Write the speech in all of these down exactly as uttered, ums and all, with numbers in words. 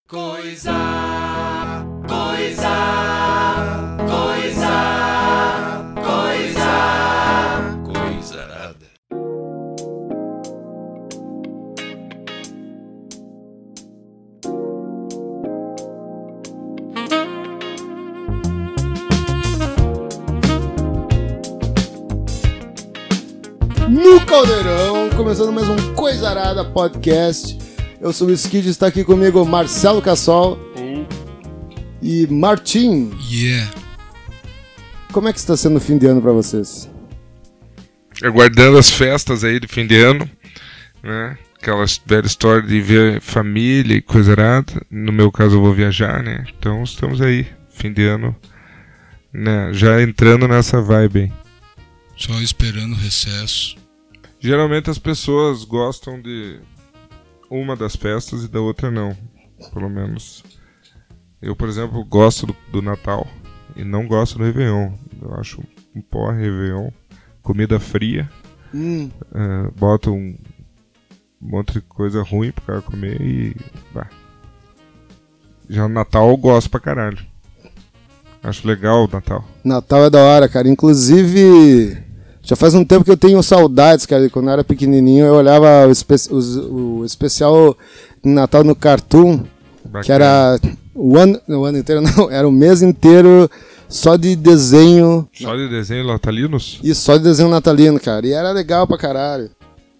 Coisa, coisa, coisa, coisa, coisarada. No Caldeirão, começando mais um Coisarada Podcast. Eu sou o Skid, está aqui comigo Marcelo Cassol oh. e Martim. Yeah. Como é que está sendo o fim de ano para vocês? Aguardando as festas aí de fim de ano, né? Aquela velha história de ver família e coisa errada. No meu caso eu vou viajar, né? Então estamos aí, fim de ano, né? Já entrando nessa vibe aí. Só esperando o recesso. Geralmente as pessoas gostam de uma das festas e da outra não. Pelo menos eu, por exemplo, gosto do, do Natal e não gosto do Réveillon. Eu acho um porra Réveillon, comida fria, Hum. uh, bota um monte de coisa ruim pro cara comer e... Bah. Já no Natal eu gosto pra caralho. Acho legal o Natal. Natal é da hora, cara. Inclusive, já faz um tempo que eu tenho saudades, cara. Quando eu era pequenininho, eu olhava o, espe- os- o especial Natal no Cartoon, Bacana. que era o ano, o ano inteiro, não, era o mês inteiro só de desenho. Só de desenho natalinos? E só de desenho natalino, cara. E era legal pra caralho.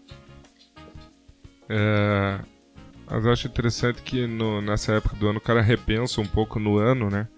É, mas eu acho interessante que no, nessa época do ano o cara repensa um pouco no ano, né?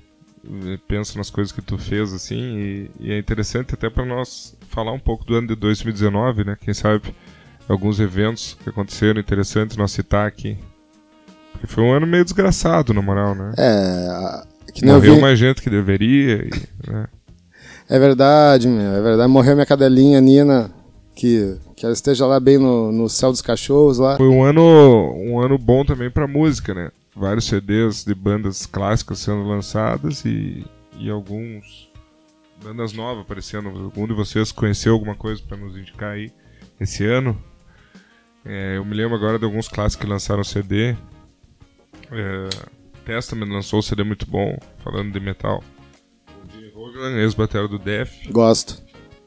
Pensa nas coisas que tu fez, assim, e, e é interessante até pra nós falar um pouco do ano de dois mil e dezenove, né? Quem sabe alguns eventos que aconteceram interessantes nós citar aqui. Porque foi um ano meio desgraçado, na moral, né? É, que nem eu Morreu vi... mais gente que deveria, e, né? É verdade, meu, é verdade. Morreu minha cadelinha, Nina, que, que ela esteja lá bem no, no céu dos cachorros lá. Foi um ano, um ano bom também pra música, né? Vários C Ds de bandas clássicas sendo lançadas e, e alguns bandas novas aparecendo. Algum de vocês conheceu alguma coisa para nos indicar aí esse ano? É, eu me lembro agora de alguns clássicos que lançaram C D. É, Testament lançou um C D muito bom, falando de metal. O Jimmy Hoagland, ex-batera do Death. Gosto.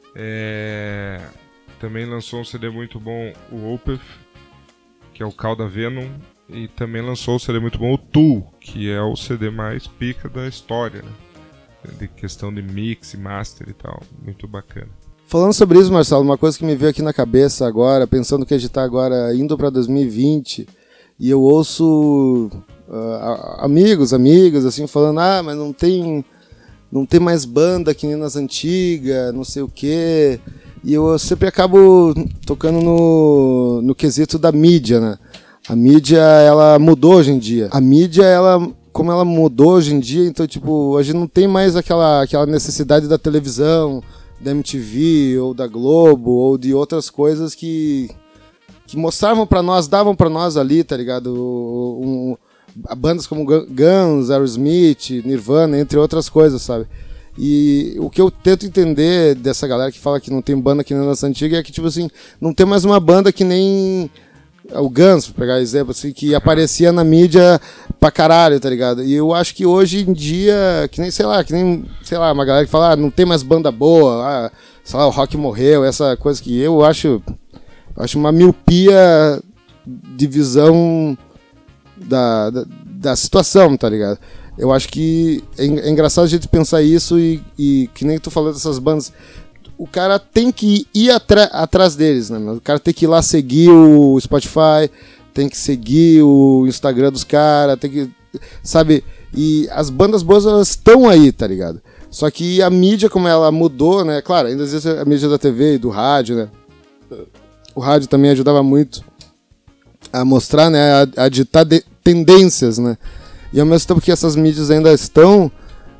É, também lançou um C D muito bom, o Opeth, que é o Cauda Venom. E também lançou o C D muito bom, o Tool, que é o C D mais pica da história, né? De questão de mix e master e tal. Muito bacana. Falando sobre isso, Marcelo, uma coisa que me veio aqui na cabeça agora, pensando que a gente tá agora indo para dois mil e vinte, e eu ouço uh, amigos, amigas, assim, falando, ah, mas não tem, não tem mais banda que nem nas antigas, não sei o quê. E eu sempre acabo tocando no, no quesito da mídia, né? A mídia, ela mudou hoje em dia. A mídia, ela, como ela mudou hoje em dia, então, tipo, hoje não tem mais aquela, aquela necessidade da televisão, da M T V, ou da Globo, ou de outras coisas que, que mostravam pra nós, davam pra nós ali, tá ligado? Um, um, bandas como Guns, Aerosmith, Nirvana, entre outras coisas, sabe? E o que eu tento entender dessa galera que fala que não tem banda que nem nossa antiga é que, tipo assim, não tem mais uma banda que nem... o Guns, pra pegar exemplo, assim, que aparecia na mídia pra caralho, tá ligado? E eu acho que hoje em dia, que nem, sei lá, que nem, sei lá, uma galera que fala, ah, não tem mais banda boa, ah, sei lá, o rock morreu, essa coisa que eu acho, acho uma miopia de visão da, da, da situação, tá ligado? Eu acho que é, é engraçado a gente pensar isso e, e que nem tu falou dessas bandas... O cara tem que ir atra- atrás deles, né? O cara tem que ir lá seguir o Spotify, tem que seguir o Instagram dos caras, tem que... Sabe? E as bandas boas, elas estão aí, tá ligado? Só que a mídia, como ela mudou, né? Claro, ainda existe a mídia da T V e do rádio, né? O rádio também ajudava muito a mostrar, né? A, a ditar de- tendências, né? E ao mesmo tempo que essas mídias ainda estão...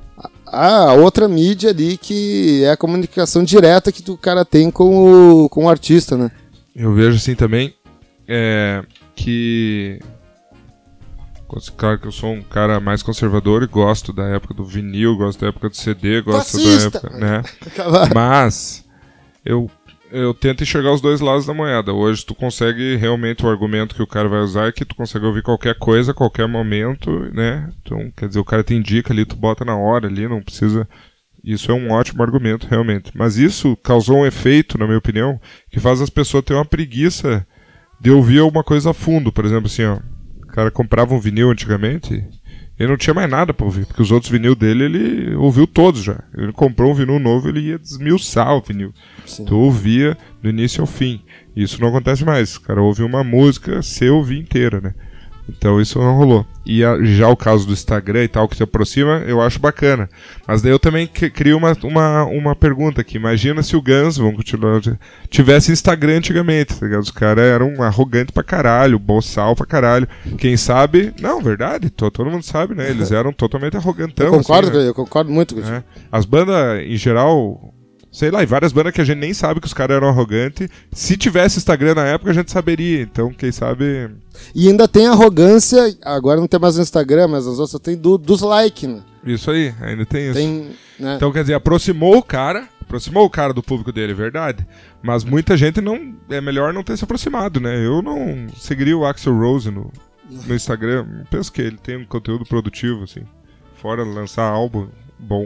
a outra mídia ali que é a comunicação direta que o cara tem com o, com o artista, né? Eu vejo assim também é, que... Claro que eu sou um cara mais conservador e gosto da época do vinil, gosto da época do C D, gosto Fascista! da época, né? Mas eu eu tento enxergar os dois lados da moeda. Hoje tu consegue, realmente, o argumento que o cara vai usar é que tu consegue ouvir qualquer coisa, a qualquer momento, né? Então, quer dizer, o cara te indica ali, tu bota na hora ali, não precisa... Isso é um ótimo argumento, realmente. Mas isso causou um efeito, na minha opinião, que faz as pessoas terem uma preguiça de ouvir alguma coisa a fundo. Por exemplo, assim, ó, o cara comprava um vinil antigamente, ele não tinha mais nada pra ouvir, porque os outros vinil dele, ele ouviu todos já. Ele comprou um vinil novo, ele ia desmiuçar o vinil. Sim. Tu ouvia do início ao fim. Isso não acontece mais. O cara ouve uma música, você ouvir inteira, né? Então isso não rolou. E a, já o caso do Instagram e tal, que se aproxima, eu acho bacana. Mas daí eu também que, crio uma, uma, uma pergunta aqui. Imagina se o Guns, vamos continuar, tivesse Instagram antigamente, tá ligado? Os caras eram arrogantes pra caralho, boçal pra caralho. Quem sabe... Não, verdade, todo, todo mundo sabe, né? Eles eram totalmente arrogantão. Eu concordo, assim, né? Eu concordo muito com isso. É. As bandas, em geral... Sei lá, e várias bandas que a gente nem sabe que os caras eram arrogantes. Se tivesse Instagram na época, a gente saberia. Então, quem sabe... E ainda tem arrogância, agora não tem mais no Instagram, mas as outras tem do, dos likes, né? Isso aí, ainda tem isso. Tem, né? Então, quer dizer, aproximou o cara, aproximou o cara do público dele, é verdade. Mas muita gente não... É melhor não ter se aproximado, né? Eu não seguiria o Axl Rose no, no Instagram. Penso que ele tem um conteúdo produtivo, assim. Fora lançar álbum bom.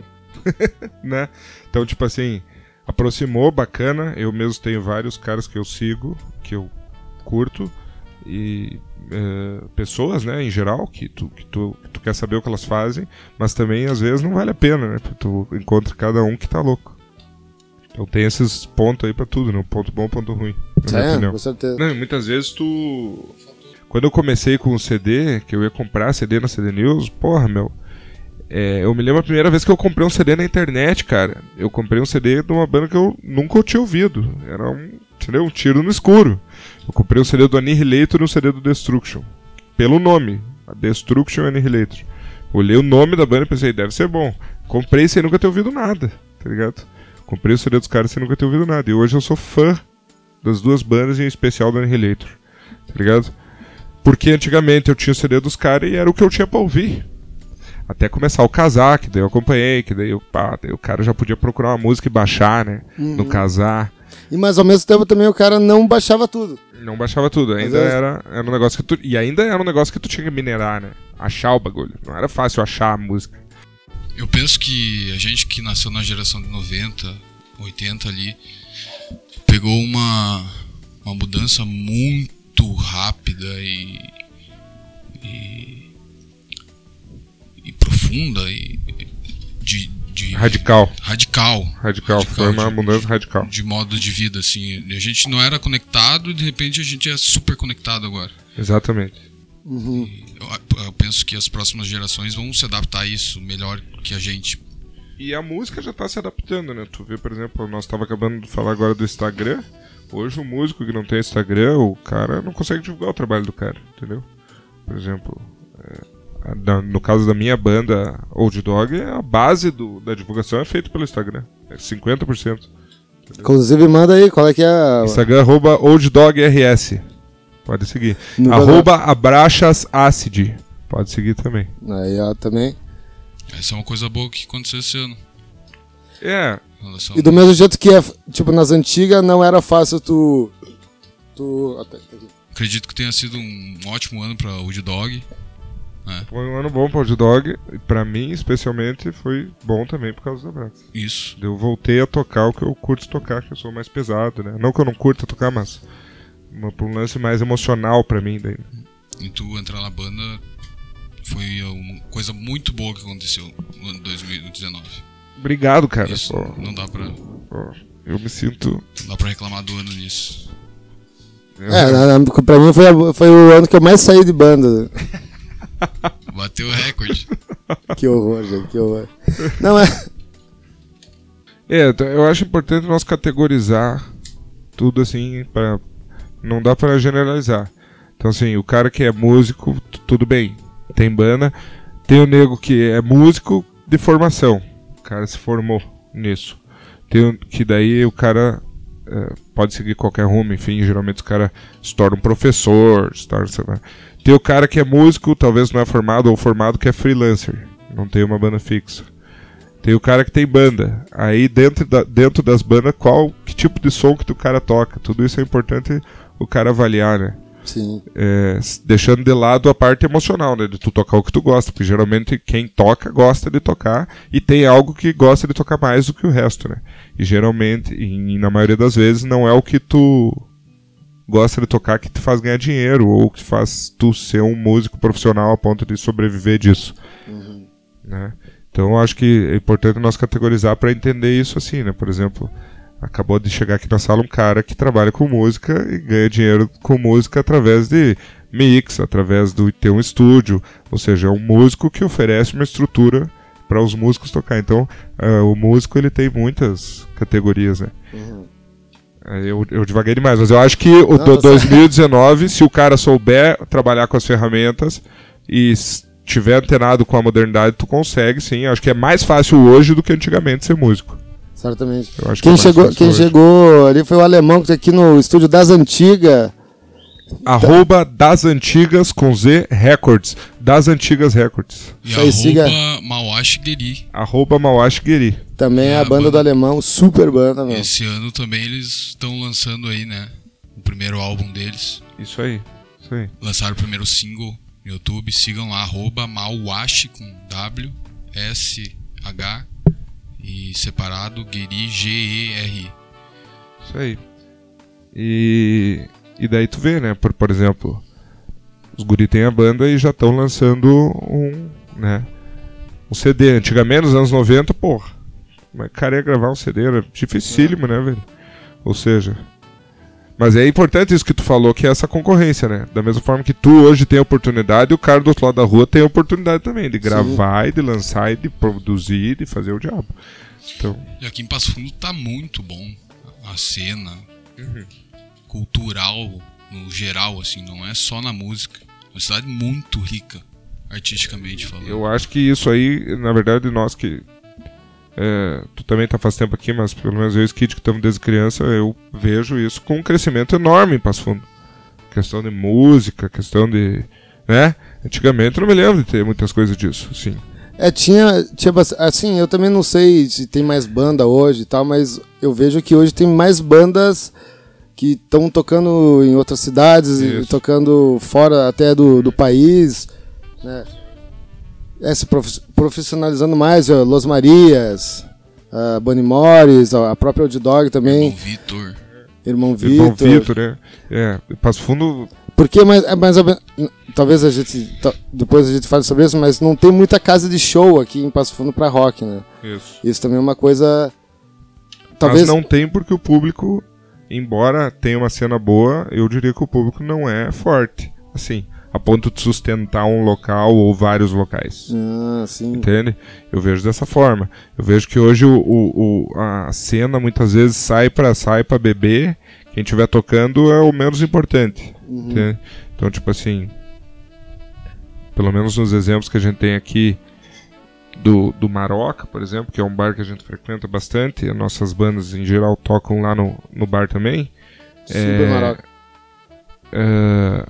Né? Então, tipo assim... Aproximou, bacana. Eu mesmo tenho vários caras que eu sigo, que eu curto. E uh, pessoas, né, em geral, que, tu, que, tu, que tu quer saber o que elas fazem. Mas também, às vezes, não vale a pena, né? Porque tu encontra cada um que tá louco. Então tem esses pontos aí pra tudo, né? Ponto bom, ponto ruim. Na minha É, opinião. com certeza. Não, muitas vezes tu... Quando eu comecei com o C D, que eu ia comprar C D na C D News, porra, meu... É, eu me lembro a primeira vez que eu comprei um C D na internet, cara. Eu comprei um C D de uma banda que eu nunca tinha ouvido. Era um, entendeu? Um tiro no escuro. Eu comprei um C D do Annihilator e um C D do Destruction. Pelo nome. A Destruction e Annihilator. Olhei o nome da banda e pensei, deve ser bom. Comprei sem nunca ter ouvido nada, tá ligado? Comprei o C D dos caras sem nunca ter ouvido nada. E hoje eu sou fã das duas bandas, em especial do Annihilator. Tá ligado? Porque antigamente eu tinha o C D dos caras e era o que eu tinha pra ouvir. Até começar o Casar, que daí eu acompanhei, que daí, eu, pá, daí o cara já podia procurar uma música e baixar, né? Uhum. No Casar. E mas ao mesmo tempo também o cara não baixava tudo. Não baixava tudo, ainda vezes... era, era um negócio que tu... E ainda era um negócio que tu tinha que minerar, né? Achar o bagulho. Não era fácil achar a música. Eu penso que a gente que nasceu na geração de noventa, oitenta ali, pegou uma, uma mudança muito rápida e... e... e profunda e de, de radical. radical radical radical foi uma de, mudança radical de modo de vida, assim. A gente não era conectado e de repente a gente é super conectado agora. Exatamente. Uhum. Eu, eu penso que as próximas gerações vão se adaptar a isso melhor que a gente. E a música já tá se adaptando, né? Tu vê, por exemplo, nós tava acabando de falar agora do Instagram. Hoje o músico que não tem Instagram, o cara não consegue divulgar o trabalho do cara, entendeu? Por exemplo, é... no caso da minha banda Old Dog, a base do, da divulgação é feita pelo Instagram. É cinquenta por cento. Entendeu? Inclusive, manda aí qual é que é a... Instagram, arroba OldDogRS. Pode seguir. No arroba AbraxasAcid. Pode seguir também. Aí, ó, também. Essa é uma coisa boa que aconteceu esse ano. É. E do mesmo jeito que, é, tipo, nas antigas não era fácil tu... tu... Até, acredito que tenha sido um ótimo ano pra Old Dog. É. Foi um ano bom pro Old Dog. E pra mim, especialmente, foi bom também por causa do abraço. Isso. Eu voltei a tocar o que eu curto tocar, que eu sou mais pesado, né? Não que eu não curto tocar, mas uma, um lance mais emocional pra mim. Daí. E tu entrar na banda foi uma coisa muito boa que aconteceu no ano dois mil e dezenove. Obrigado, cara. Isso, pô, não dá pra... Pô, eu me sinto... Não dá pra reclamar do ano nisso. É, pra mim foi, a, foi o ano que eu mais saí de banda. Bateu o recorde. Que horror, gente, que horror. Não, é... É, eu acho importante nós categorizar tudo assim, pra... não dá pra generalizar. Então assim, o cara que é músico, tudo bem, tem banda. Tem o nego que é músico de formação, o cara se formou nisso. Tem o... que daí o cara é, pode seguir qualquer rumo, enfim, geralmente o cara se torna um professor, se torna, sei lá. Tem o cara que é músico, talvez não é formado, ou formado que é freelancer, não tem uma banda fixa. Tem o cara que tem banda. Aí dentro, da, dentro das bandas, qual que tipo de som que o cara toca. Tudo isso é importante o cara avaliar, né? Sim. É, deixando de lado a parte emocional, né? De tu tocar o que tu gosta. Porque geralmente quem toca gosta de tocar e tem algo que gosta de tocar mais do que o resto, né? E geralmente, e na maioria das vezes, não é o que tu gosta de tocar que te faz ganhar dinheiro ou que faz tu ser um músico profissional a ponto de sobreviver disso. Uhum. Né? Então eu acho que é importante nós categorizar para entender isso assim, né? Por exemplo, acabou de chegar aqui na sala um cara que trabalha com música e ganha dinheiro com música através de mix, através de ter um estúdio, ou seja, é um músico que oferece uma estrutura para os músicos tocar. Então uh, o músico ele tem muitas categorias, né? Uhum. Eu, eu divaguei demais, mas eu acho que o Não, do, tá dois mil e dezenove, se o cara souber trabalhar com as ferramentas e estiver antenado com a modernidade, tu consegue, sim. Acho que é mais fácil hoje do que antigamente ser músico. Certamente. Eu acho que Quem, é mais chegou, fácil quem hoje. chegou ali foi o alemão que tá aqui no estúdio das antigas. Arroba das antigas com Z Records. Das antigas Records. E Isso aí, arroba siga. Mauashi Geri. Arroba Mawashi Geri. Também é É, a a banda banda- do alemão, super banda, meu. Esse ano também eles estão lançando aí, né? O primeiro álbum deles. Isso aí. Isso aí. Lançaram o primeiro single no YouTube. Sigam lá, arroba Mauashi com W, S, H e separado Geri, G E R. Isso aí. E, e daí tu vê, né? Por, por exemplo, os guri tem a banda e já estão lançando um, né? Um C D. Antigamente, nos anos noventa, porra. Mas cara ia gravar um C D, era dificílimo, né, velho? Ou seja... Mas é importante isso que tu falou, que é essa concorrência, né? Da mesma forma que tu hoje tem a oportunidade, o cara do outro lado da rua tem a oportunidade também de gravar e de lançar e de produzir e de fazer o diabo. Então, E aqui em Passo Fundo tá muito bom a cena cultural no geral, assim, não é só na música. É uma cidade muito rica, artisticamente falando. eu acho que isso aí, na verdade, nós que... é, tu também tá faz tempo aqui, mas pelo menos eu e o Skid que estamos desde criança, eu vejo isso com um crescimento enorme em Passo Fundo. Questão de música, questão de... né? Antigamente eu não me lembro de ter muitas coisas disso, sim. É, tinha, tinha bast- assim, eu também não sei se tem mais banda hoje e tal, mas eu vejo que hoje tem mais bandas que estão tocando em outras cidades, e Isso. tocando fora até do, do país, né? É, se prof- profissionalizando mais, ó, Los Marias, a Bunny Morris, ó, a própria Old Dog também, Irmão Vitor. Irmão Irmão Vitor. Vitor, né? É, Passo Fundo... Porque mais, é mais ou menos- talvez a gente, ta- depois a gente fale sobre isso, mas não tem muita casa de show aqui em Passo Fundo pra rock, né? Isso. Isso também é uma coisa. Talvez. Mas não tem porque o público, embora tenha uma cena boa, eu diria que o público não é forte. Assim, a ponto de sustentar um local ou vários locais. Ah, sim. Entende? Eu vejo dessa forma. Eu vejo que hoje o, o, o- a cena muitas vezes sai pra, sai pra beber. Quem estiver tocando é o menos importante. Uhum. Entende? Então, tipo assim, pelo menos nos exemplos que a gente tem aqui do, do Maroca, por exemplo, que é um bar que a gente frequenta bastante, e as nossas bandas em geral tocam lá no, no bar também. Super É, Maroca. é,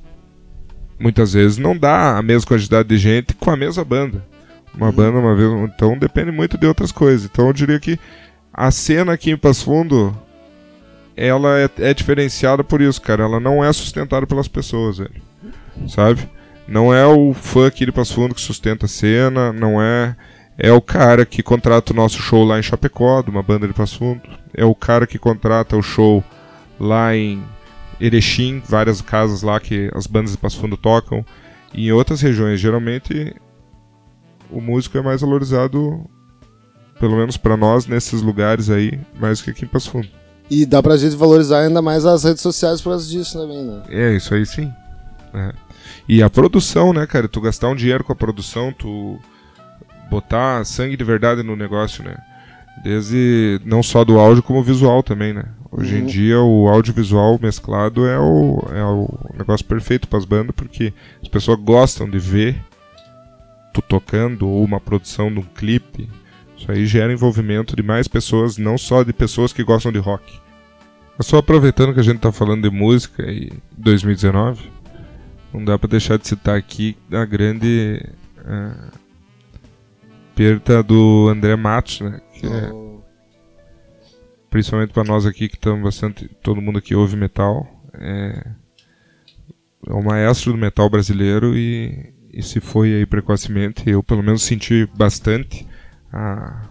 muitas vezes não dá a mesma quantidade de gente com a mesma banda. Uma Uhum. banda, uma vez. Então depende muito de outras coisas. Então eu diria que a cena aqui em Passo Fundo, ela é, é diferenciada por isso, cara. Ela não é sustentada pelas pessoas, velho. Sabe? Não é o fã aqui de Passo Fundo que sustenta a cena, não é... É o cara que contrata o nosso show lá em Chapecó, de uma banda de Passo Fundo. É o cara que contrata o show lá em Erechim, várias casas lá que as bandas de Passo Fundo tocam. E em outras regiões, geralmente, o músico é mais valorizado, pelo menos pra nós, nesses lugares aí, mais que aqui em Passo Fundo. E dá pra gente valorizar ainda mais as redes sociais por causa disso também, né? É, isso aí sim. É. E a produção, né, cara? Tu gastar um dinheiro com a produção, tu botar sangue de verdade no negócio, né? Desde não só do áudio, como visual também, né? Hoje em Uhum. dia o audiovisual mesclado é o, é o negócio perfeito pras bandas, porque as pessoas gostam de ver tu tocando ou uma produção de um clipe. Isso aí gera envolvimento de mais pessoas, não só de pessoas que gostam de rock. Mas só aproveitando que a gente tá falando de música e dois mil e dezenove, não dá pra deixar de citar aqui a grande uh, perda do André Matos, né? Que é, Oh, principalmente pra nós aqui que estamos bastante, todo mundo aqui ouve metal, é, é o maestro do metal brasileiro e, e se foi aí precocemente. Eu pelo menos senti bastante a,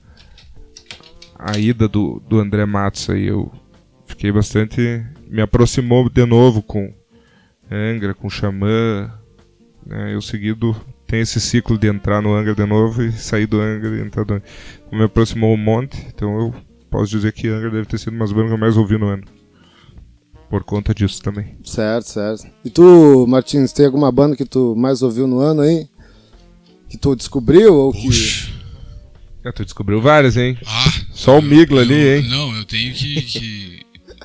a ida do, do André Matos aí. Eu fiquei bastante, me aproximou de novo com Angra, com Xamã, né? Eu seguido tem esse ciclo de entrar no Angra de novo e sair do Angra e entrar do Angra. Me aproximou um monte, então eu posso dizer que Angra deve ter sido uma das bandas que eu mais ouvi no ano. Por conta disso também. certo, certo. E tu, Martins, tem alguma banda que tu mais ouviu no ano aí? Que tu descobriu ou que... Puxa. É, tu descobriu várias, hein? Ah, Só o Migla ali, eu- hein? Não, eu tenho que, que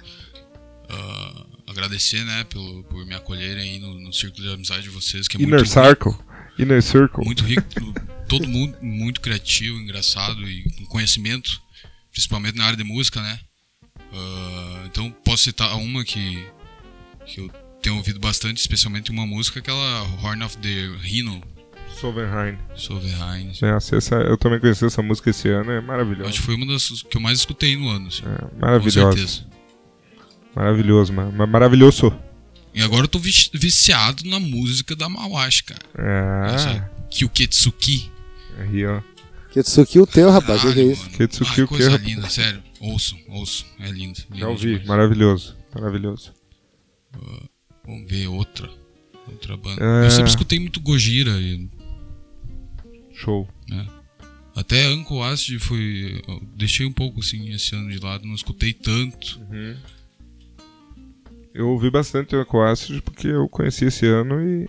ah, agradecer, né, pelo, por me acolherem aí no, no círculo de amizade de vocês, que é Inner muito Circle. Inner Circle. muito rico, todo mundo muito criativo, engraçado e com conhecimento, principalmente na área de música, né? Ah, então posso citar uma que, que eu tenho ouvido bastante, especialmente uma música, aquela Horn of the Rhino, Solvenheim. Solverein. É, essa, eu também conheci essa música esse ano, é maravilhosa. Acho que foi uma das que eu mais escutei no ano, assim, É, com maravilhosa. certeza. Maravilhoso, mano. Mas maravilhoso. E agora eu tô vi- viciado na música da Mawashi, cara. É. Essa Kyuketsuki. Aí, ó. Ketsuki o teu, rapaz, que que é Caralho, isso? mano. Kyuketsuki Ah, o quê, coisa rapaz? linda, sério. Ouçam, ouçam. É lindo. lindo Já ouvi. demais. Maravilhoso. Maravilhoso. Vamos ver outra. Outra banda. É. Eu sempre escutei muito Gojira. E, Show. né? Até Uncle Acid foi. Eu deixei um pouco assim esse ano de lado, não escutei tanto. Uhum. Eu ouvi bastante o Acid porque eu conheci esse ano e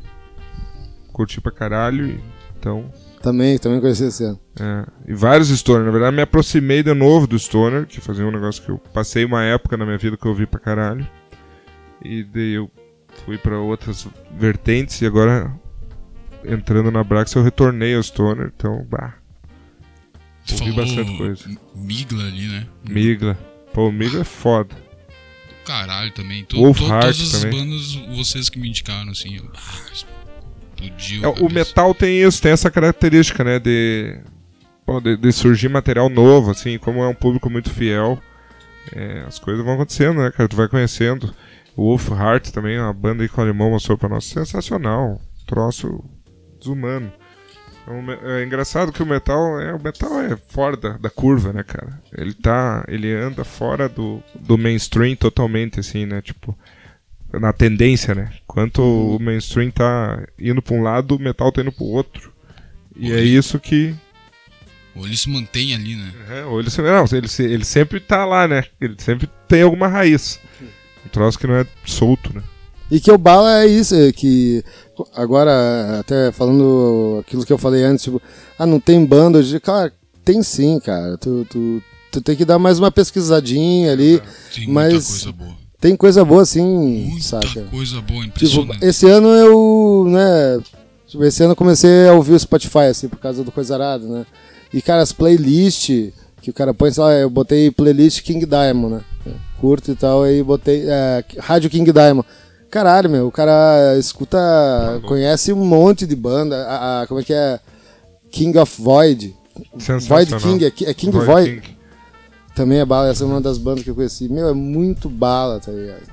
curti pra caralho. E, então, Também, também conheci esse ano. é, e vários Stoner. Na verdade, me aproximei de novo do Stoner, que fazia um negócio que eu passei uma época na minha vida que eu ouvi pra caralho. E daí eu fui pra outras vertentes e agora, entrando na Brax, eu retornei ao Stoner. Então, bah, Tu ouvi falou bastante coisa. Migla ali, né? Migla. Pô, o Migla é foda. Caralho também. To, Wolf to, Heart todas as também. bandas, vocês que me indicaram, assim. Eu, ah, explodiu. É, a o cabeça. metal tem isso, tem essa característica, né, de, pô, de, de surgir material novo, assim, como é um público muito fiel, é, as coisas vão acontecendo, né, cara, tu vai conhecendo. O Wolf Heart também, uma banda aí que o Alemão mostrou pra nós, sensacional, troço desumano. Então, é engraçado que o metal é, o metal é fora da, da curva, né, cara, ele tá, ele anda fora do, do mainstream totalmente, assim, né, tipo... Na tendência, né? Enquanto o mainstream tá indo pra um lado, o metal tá indo pro outro. E é isso que... Ou ele se mantém ali, né? É, ou ele, se- não, ele, se- ele sempre tá lá, né? Ele sempre tem alguma raiz. Um troço que não é solto, né? E que o bala é isso, é que agora, até falando aquilo que eu falei antes, tipo, ah, não tem banda hoje, cara, tem sim, cara. Tu, tu, tu tem que dar mais uma pesquisadinha ali. Tem Mas- muita coisa boa. Tem coisa boa assim, Muita saca? coisa boa, Tipo, impressionante. esse ano eu, né, tipo, esse ano eu comecei a ouvir o Spotify, assim, por causa do Coisa Arada, né? E, cara, as playlists que o cara põe, sei lá, eu botei playlist King Diamond, né? Curto e tal, aí botei é, Rádio King Diamond. Caralho, meu, o cara escuta, conhece um monte de banda, a, a- como é que é? King of Void. Sensacional. Void King, é, Ki- é King Void Void. King. Também é bala, essa é uma das bandas que eu conheci. Meu, é muito bala, tá ligado?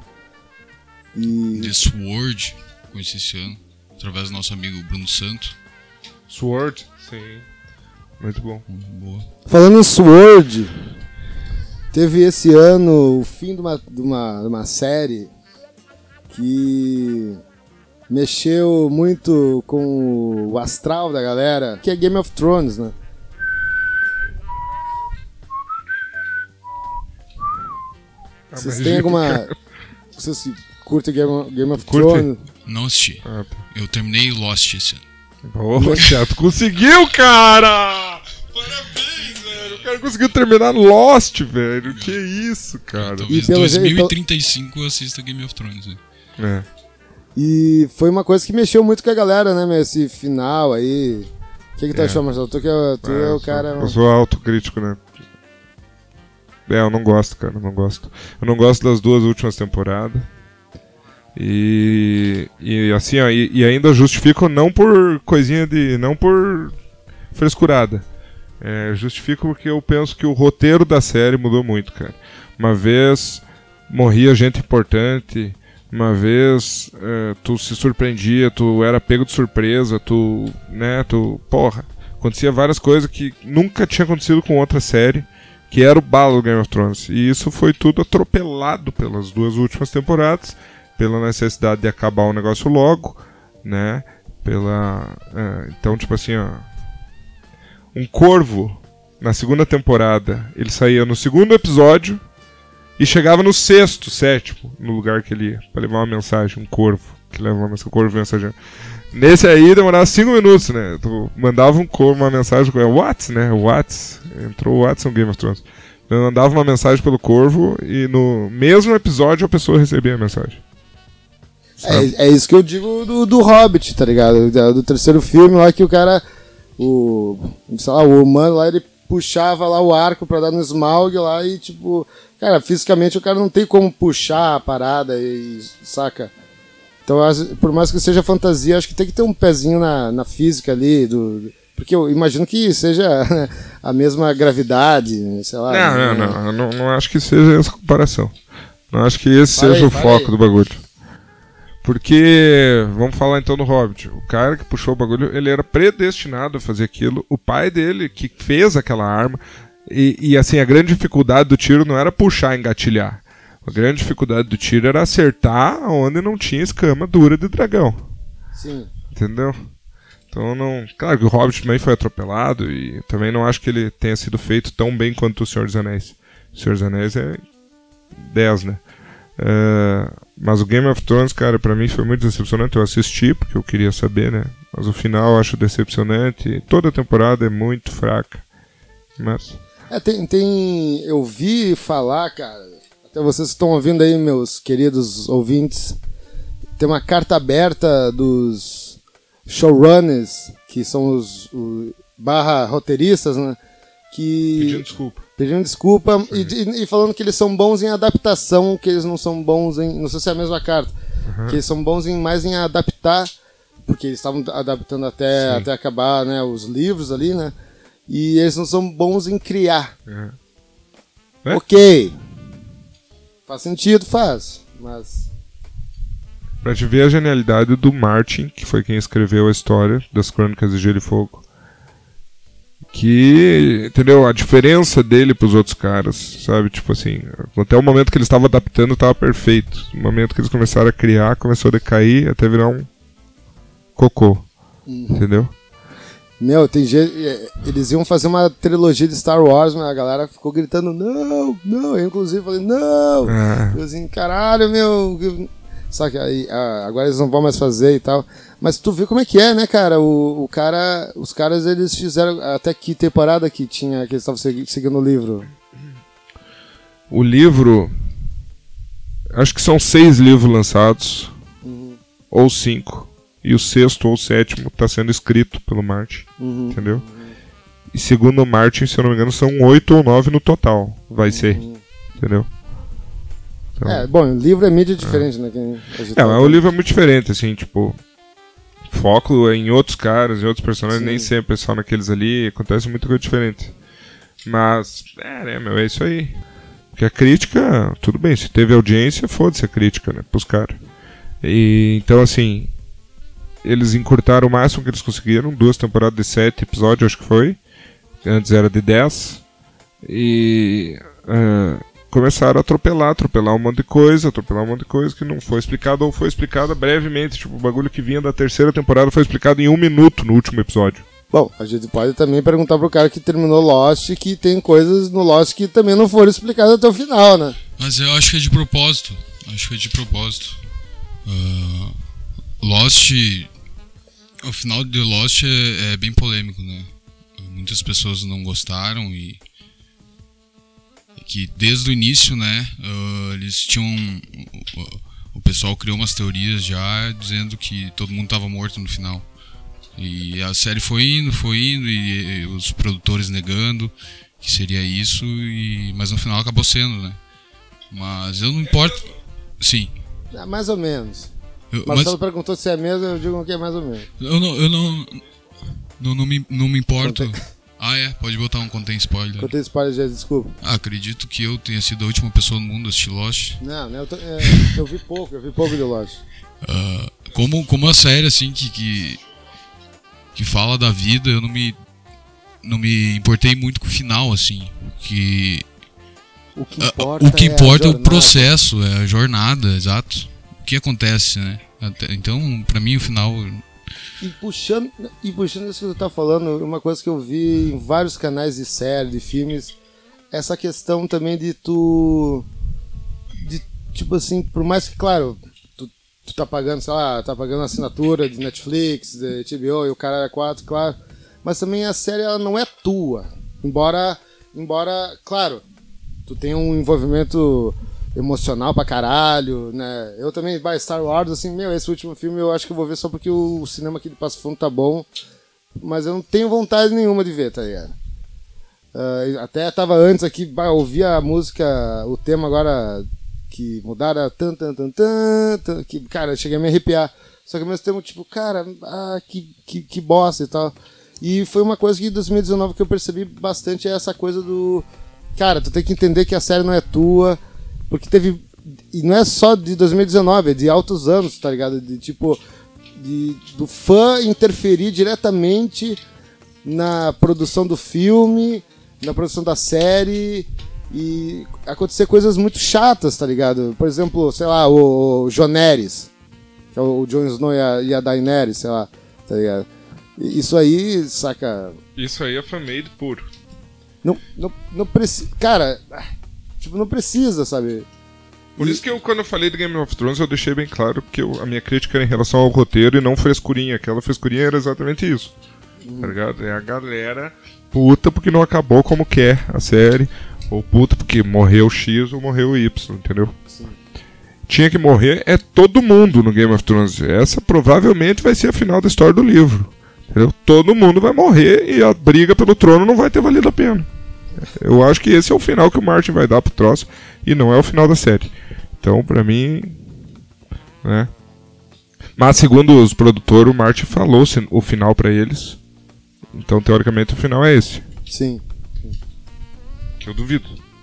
E... The Sword, conheci esse ano, através do nosso amigo Bruno Santo. Sword. Sim. Muito bom. Muito boa. Falando em Sword, teve esse ano o fim de uma, de uma, de uma série que mexeu muito com o astral da galera, que é Game of Thrones, né? Ah, Vocês mas- têm alguma... Vocês que curtem Game, Game of Curte? Thrones? Não assisti. Ah, tá. Eu terminei Lost esse ano. Porra, cara, tu conseguiu, cara! Parabéns, velho! O cara conseguiu terminar Lost, velho. Que isso, cara. Talvez E pelo jeito- dois mil e trinta e cinco eu assista Game of Thrones. Né? É. E foi uma coisa que mexeu muito com a galera, né, meu? Esse final aí. O que, que tu É. achou, Marcelo? Tu, que é, tu É, é eu o sou- cara. Eu sou autocrítico, né? É, eu não gosto, cara, eu não gosto. Eu não gosto das duas últimas temporadas. E, e assim, ó, e, e ainda justifico não por coisinha de. Não por frescurada. É, justifico porque eu penso que o roteiro da série mudou muito, cara. Uma vez morria gente importante, uma vez é, tu se surpreendia, tu era pego de surpresa, tu, né, tu, porra, acontecia várias coisas que nunca tinha acontecido com outra série, que era o balo do Game of Thrones. E isso foi tudo atropelado pelas duas últimas temporadas, pela necessidade de acabar o negócio logo, né, pela... É, então, tipo assim, ó, um corvo, na segunda temporada, ele saía no segundo episódio e chegava no sexto, sétimo, no lugar que ele ia, pra levar uma mensagem, um corvo, que leva uma mensagem, corvo mensageiro. Nesse aí demorava cinco minutos, né? Tu mandava um corvo, uma mensagem, é o Whats, né? O Whats, entrou o Whats no Game of Thrones. Eu mandava uma mensagem pelo corvo e no mesmo episódio a pessoa recebia a mensagem. É, é isso que eu digo do, do Hobbit, tá ligado? Do, do terceiro filme lá que o cara, o, sei lá, o humano lá, ele puxava lá o arco pra dar no Smaug lá e tipo, cara, fisicamente o cara não tem como puxar a parada e, saca? Então, por mais que seja fantasia, acho que tem que ter um pezinho na, na física ali, do, porque eu imagino que seja a mesma gravidade, sei lá. Não, né? não, não, eu não, não acho que seja essa comparação. Não acho que esse Fala seja aí, o fala foco aí. do bagulho. Porque, vamos falar então do Hobbit. O cara que puxou o bagulho, ele era predestinado a fazer aquilo. O pai dele que fez aquela arma. E, e assim, a grande dificuldade do tiro não era puxar e engatilhar. A grande dificuldade do tiro era acertar onde não tinha escama dura de dragão. Sim. Entendeu? Então não... Claro que o Hobbit também foi atropelado e também não acho que ele tenha sido feito tão bem quanto o Senhor dos Anéis. O Senhor dos Anéis é dez, né? Uh, mas o Game of Thrones, cara, pra mim foi muito decepcionante. Eu assisti porque eu queria saber, né? Mas o final eu acho decepcionante. Toda a temporada é muito fraca. Mas... É, tem, tem... Eu vi falar, cara... Até vocês estão ouvindo aí, meus queridos ouvintes. Tem uma carta aberta dos showrunners, que são os, os barra roteiristas, né? Que... Pedindo desculpa. Pedindo desculpa e, e falando que eles são bons em adaptação, que eles não são bons em... Não sei se é a mesma carta. Uhum. Que eles são bons em, mais em adaptar, porque eles estavam adaptando até, até acabar, né, os livros ali, né? E eles não são bons em criar. Uhum. É? Ok. Faz sentido, faz. Mas... Pra te ver a genialidade do Martin, que foi quem escreveu a história das Crônicas de Gelo e Fogo. Que, entendeu? A diferença dele pros outros caras, sabe? Tipo assim, até o momento que eles estavam adaptando estava perfeito. No momento que eles começaram a criar, começou a decair até virar um cocô. Uhum. Entendeu? Meu, tem gente... Eles iam fazer uma trilogia de Star Wars, mas a galera ficou gritando, não, não. Eu, inclusive, falei, não. Ah. Eu assim, caralho, meu... Só que aí, agora eles não vão mais fazer e tal. Mas tu vê como é que é, né, cara? O, o cara... Os caras, eles fizeram... Até que temporada que tinha... Que eles estavam seguindo o livro? O livro... Acho que são seis livros lançados. Uhum. Ou cinco. E o sexto ou o sétimo está sendo escrito pelo Martin. Uhum. Entendeu? Uhum. E segundo o Martin, se eu não me engano, são oito ou nove no total. Vai uhum. ser. Entendeu? Então, é, bom, o livro é mídia diferente, é. né? Que é, mas o livro é muito diferente, assim, tipo... Foco é em outros caras, em outros personagens, Sim. nem sempre é só naqueles ali, acontece muita coisa diferente. Mas, é, né, meu, é isso aí. Porque a crítica, tudo bem, se teve audiência, foda-se a crítica, né, pros caras. E, então, assim, eles encurtaram o máximo que eles conseguiram, duas temporadas de sete episódios, acho que foi. Antes era de dez. E... Uh, começaram a atropelar, atropelar um monte de coisa, atropelar um monte de coisa que não foi explicado ou foi explicada brevemente. Tipo, o bagulho que vinha da terceira temporada foi explicado em um minuto no último episódio. Bom, a gente pode também perguntar pro cara que terminou Lost que tem coisas no Lost que também não foram explicadas até o final, né? Mas eu acho que é de propósito. Acho que é de propósito. Uh, Lost... O final de Lost é, é bem polêmico, né? Muitas pessoas não gostaram e... que desde o início, né, uh, eles tinham... Uh, o pessoal criou umas teorias já dizendo que todo mundo estava morto no final. E a série foi indo, foi indo, e, e os produtores negando que seria isso, e, mas no final acabou sendo, né. Mas eu não importo... Sim. É, mais ou menos. Eu, Marcelo mas... perguntou se é mesmo, eu digo que é mais ou menos. Eu não... Eu não... Não, não, me, não me importo. Contém... Ah, é? Pode botar um contém spoiler. Contém spoiler, já, desculpa. Ah, acredito que eu tenha sido a última pessoa no mundo a assistir Lost. Não, né, eu, tô, é, eu vi pouco, eu vi pouco de Lost. Uh, como, como a série, assim, que, que, que fala da vida, eu não me, não me importei muito com o final, assim. Que, o que importa, uh, o, que importa é, é o processo, é a jornada, exato. O que acontece, né? Então, pra mim, o final... E puxando, e puxando isso que tu tá falando, uma coisa que eu vi em vários canais de série, de filmes, essa questão também de tu... De, tipo assim, por mais que, claro, tu, tu tá pagando, sei lá, tá pagando assinatura de Netflix, de H B O e o cara é quatro, claro, mas também a série ela não é tua. Embora, embora, claro, tu tem um envolvimento emocional pra caralho, né? Eu também, vai, Star Wars, assim, meu, esse último filme eu acho que eu vou ver só porque o cinema aqui de Passo Fundo tá bom, mas eu não tenho vontade nenhuma de ver, tá ligado? Uh, até tava antes aqui, bah, ouvir a música, o tema agora que mudaram, tan, tan, tan, tan, tan, que, cara, eu cheguei a me arrepiar, só que ao mesmo tempo, tipo, cara, ah, que, que, que bosta e tal. E foi uma coisa que em dois mil e dezenove que eu percebi bastante, é essa coisa do, cara, tu tem que entender que a série não é tua. Porque teve... E não é só de dois mil e dezenove, é de altos anos, tá ligado? De tipo... De, do fã interferir diretamente na produção do filme, na produção da série, e acontecer coisas muito chatas, tá ligado? Por exemplo, sei lá, o, o Joneris, que é o Jon Snow e a, e a Daenerys, sei lá, tá ligado? Isso aí, saca... Isso aí é fan-made puro. Não, não, não precisa... Cara... Tipo, não precisa, sabe? Por e... isso que eu, quando eu falei de Game of Thrones, eu deixei bem claro que eu, a minha crítica era em relação ao roteiro e não frescurinha. Aquela frescurinha era exatamente isso. Hum. Tá ligado? É a galera puta porque não acabou como quer a série, ou puta porque morreu X ou morreu Y, entendeu? Sim. Tinha que morrer é todo mundo no Game of Thrones. Essa provavelmente vai ser a final da história do livro. Entendeu? Todo mundo vai morrer e a briga pelo trono não vai ter valido a pena. Eu acho que esse é o final que o Martin vai dar pro troço e não é o final da série. Então, pra mim, né? Mas segundo os produtores, o Martin falou o final pra eles. Então, teoricamente, o final é esse. Sim. Sim. Que eu duvido.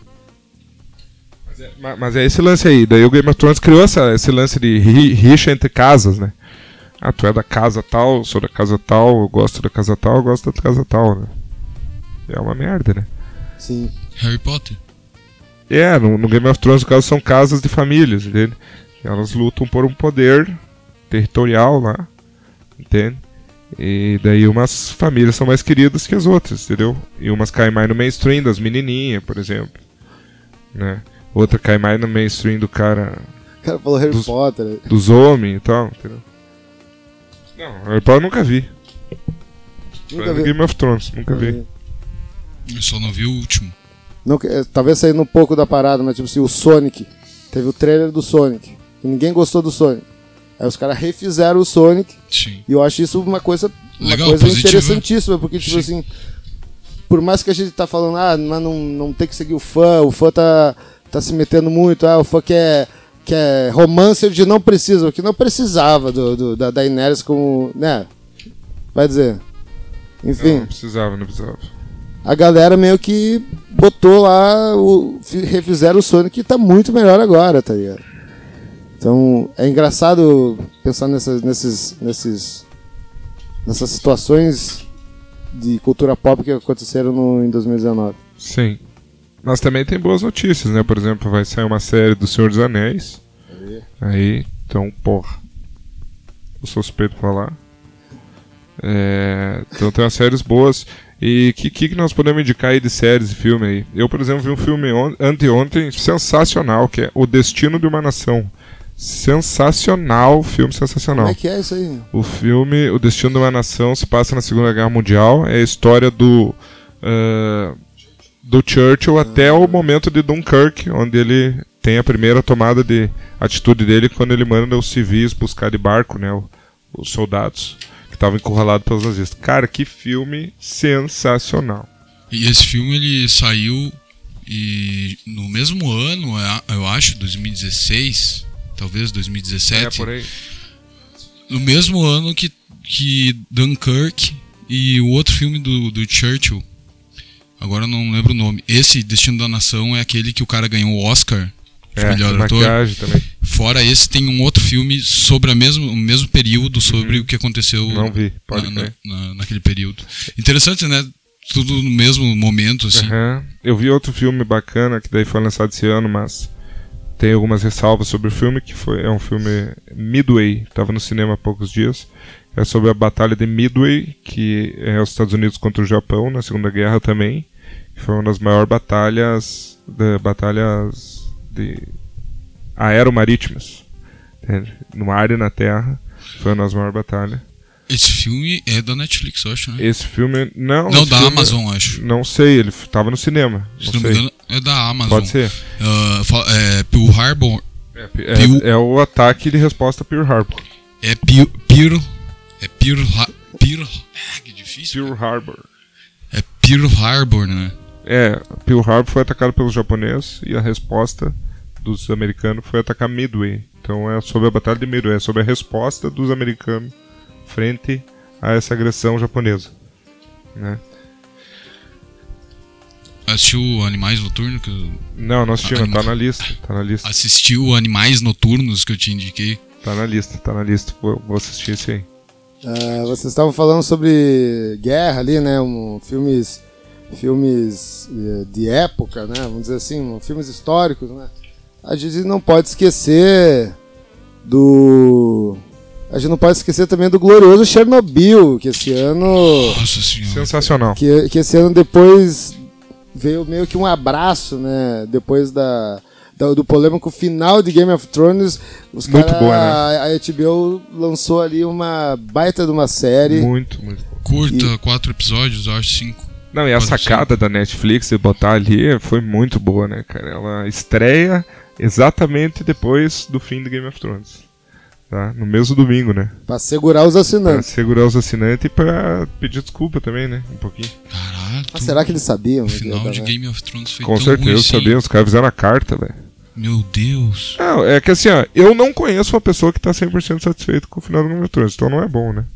Mas é, mas é esse lance aí. Daí o Game of Thrones criou essa, esse lance de ri, rixa entre casas, né? Ah, tu é da casa tal, sou da casa tal, eu gosto da casa tal, eu gosto da casa tal, né? É uma merda, né? Sim. Harry Potter. É, no, no Game of Thrones, no caso, são casas de famílias, entende? Elas lutam por um poder territorial lá, entende? E daí umas famílias são mais queridas que as outras, entendeu? E umas caem mais no mainstream das menininhas, por exemplo, né? Outra cai mais no mainstream do cara... O cara falou Harry dos, Potter. Dos homens e tal, entendeu? Não, Harry Potter eu nunca vi. Nunca vi. Game of Thrones, nunca vi. vi. Eu só não vi o último. Não, talvez saindo um pouco da parada, mas tipo assim, o Sonic. Teve o trailer do Sonic. E ninguém gostou do Sonic. Aí os caras refizeram o Sonic. Sim. E eu acho isso uma coisa, uma Legal, coisa positivo, interessantíssima. Porque, tipo Sim. assim, por mais que a gente tá falando, ah, mas não, não tem que seguir o fã, o fã tá, tá se metendo muito, ah, o fã quer, quer romance de não precisa, o que não precisava do, do, da Daenerys como, né? Vai dizer. Enfim. Não, não precisava, não precisava. A galera meio que botou lá, o, refizeram o Sonic e tá muito melhor agora, tá ligado? Então, é engraçado pensar nessas, nesses, nesses, nessas situações de cultura pop que aconteceram no, em dois mil e dezenove. Sim. Mas também tem boas notícias, né? Por exemplo, vai sair uma série do Senhor dos Anéis. Aí, Aí então, porra. Eu sou suspeito de falar. É, então tem umas séries boas. E o que, que nós podemos indicar aí de séries e filme aí? Eu, por exemplo, vi um filme on- anteontem sensacional, que é O Destino de uma Nação. Sensacional, filme sensacional. Como é que é isso aí? O filme O Destino de uma Nação se passa na Segunda Guerra Mundial. É a história do, uh, do Churchill ah. até o momento de Dunkirk, onde ele tem a primeira tomada de atitude dele quando ele manda os civis buscar de barco, né, os soldados que estavam encurralados pelos nazistas. Cara, que filme sensacional. E esse filme ele saiu e no mesmo ano, eu acho, dois mil e dezesseis, talvez dois mil e dezessete. É, por aí. No mesmo ano que, que Dunkirk E o outro filme do, do Churchill, agora eu não lembro o nome. Esse, Destino da Nação, é aquele que o cara ganhou o Oscar de É, melhor de ator. maquiagem também. Fora esse, tem um outro filme sobre a mesmo, o mesmo período, sobre Uhum. o que aconteceu Não vi, pode na, crer. na, na, naquele período. Interessante, né? Tudo no mesmo momento, assim. Aham. Eu vi outro filme bacana, que daí foi lançado esse ano, mas tem algumas ressalvas sobre o filme, que foi, é um filme Midway, estava no cinema há poucos dias. É sobre a Batalha de Midway, que é os Estados Unidos contra o Japão na Segunda Guerra também. Que foi uma das maiores batalhas, de, batalhas de aeromarítimas, entende? No ar e na terra. Foi uma das maiores batalhas. Esse filme é da Netflix, eu acho, né? Esse filme, não... Não, esse da filme- Amazon, acho. Não sei, ele estava no cinema. Se Não não me sei. engano, é da Amazon. Pode ser. Ah, fa- é, Pearl Harbor. É, Pearl- é, é o ataque de resposta a Pearl Harbor. É Pearl... Pearl é Pearl... Ha- Pearl... Ah, que difícil. Pearl Harbor. É Pearl Harbor, né? É, Pearl Harbor foi atacado pelos japoneses e a resposta dos americanos foi atacar Midway. Então é sobre a Batalha de Midway, é sobre a resposta dos americanos frente a essa agressão japonesa, né? Assistiu Animais Noturnos? Que eu... Não, não assisti, Anima- tá na lista, tá na lista, Assistiu Animais Noturnos que eu te indiquei? tá na lista, tá na lista. Vou, vou assistir esse aí. Ah, vocês estavam falando sobre guerra ali, né? Um, filmes filmes eh, de época, né? Vamos dizer assim, um, filmes históricos, né? A gente não pode esquecer do... A gente não pode esquecer também do glorioso Chernobyl, que esse ano... Nossa senhora. Sensacional. Que, que esse ano depois veio meio que um abraço, né? Depois da, da- do polêmico final de Game of Thrones, os Muito cara, boa, né? a, a H B O lançou ali uma baita de uma série. Muito, muito. Curta, quatro episódios, eu acho, cinco. Não, e a Pode sacada da Netflix de botar ali foi muito boa, né, cara? Ela estreia exatamente depois do fim de Game of Thrones. Tá? No mesmo domingo, né? Pra segurar os Pra assinantes. segurar os assinantes e pra pedir desculpa também, né? Um pouquinho. Caralho. Ah, será que eles sabiam? O final né? de Game of Thrones foi Com tão certeza, ruim eu assim. sabia. Os caras fizeram a carta, velho. Meu Deus. Não, é que assim, ó, eu não conheço uma pessoa que tá cem por cento satisfeito com o final do Game of Thrones, então não é bom, né?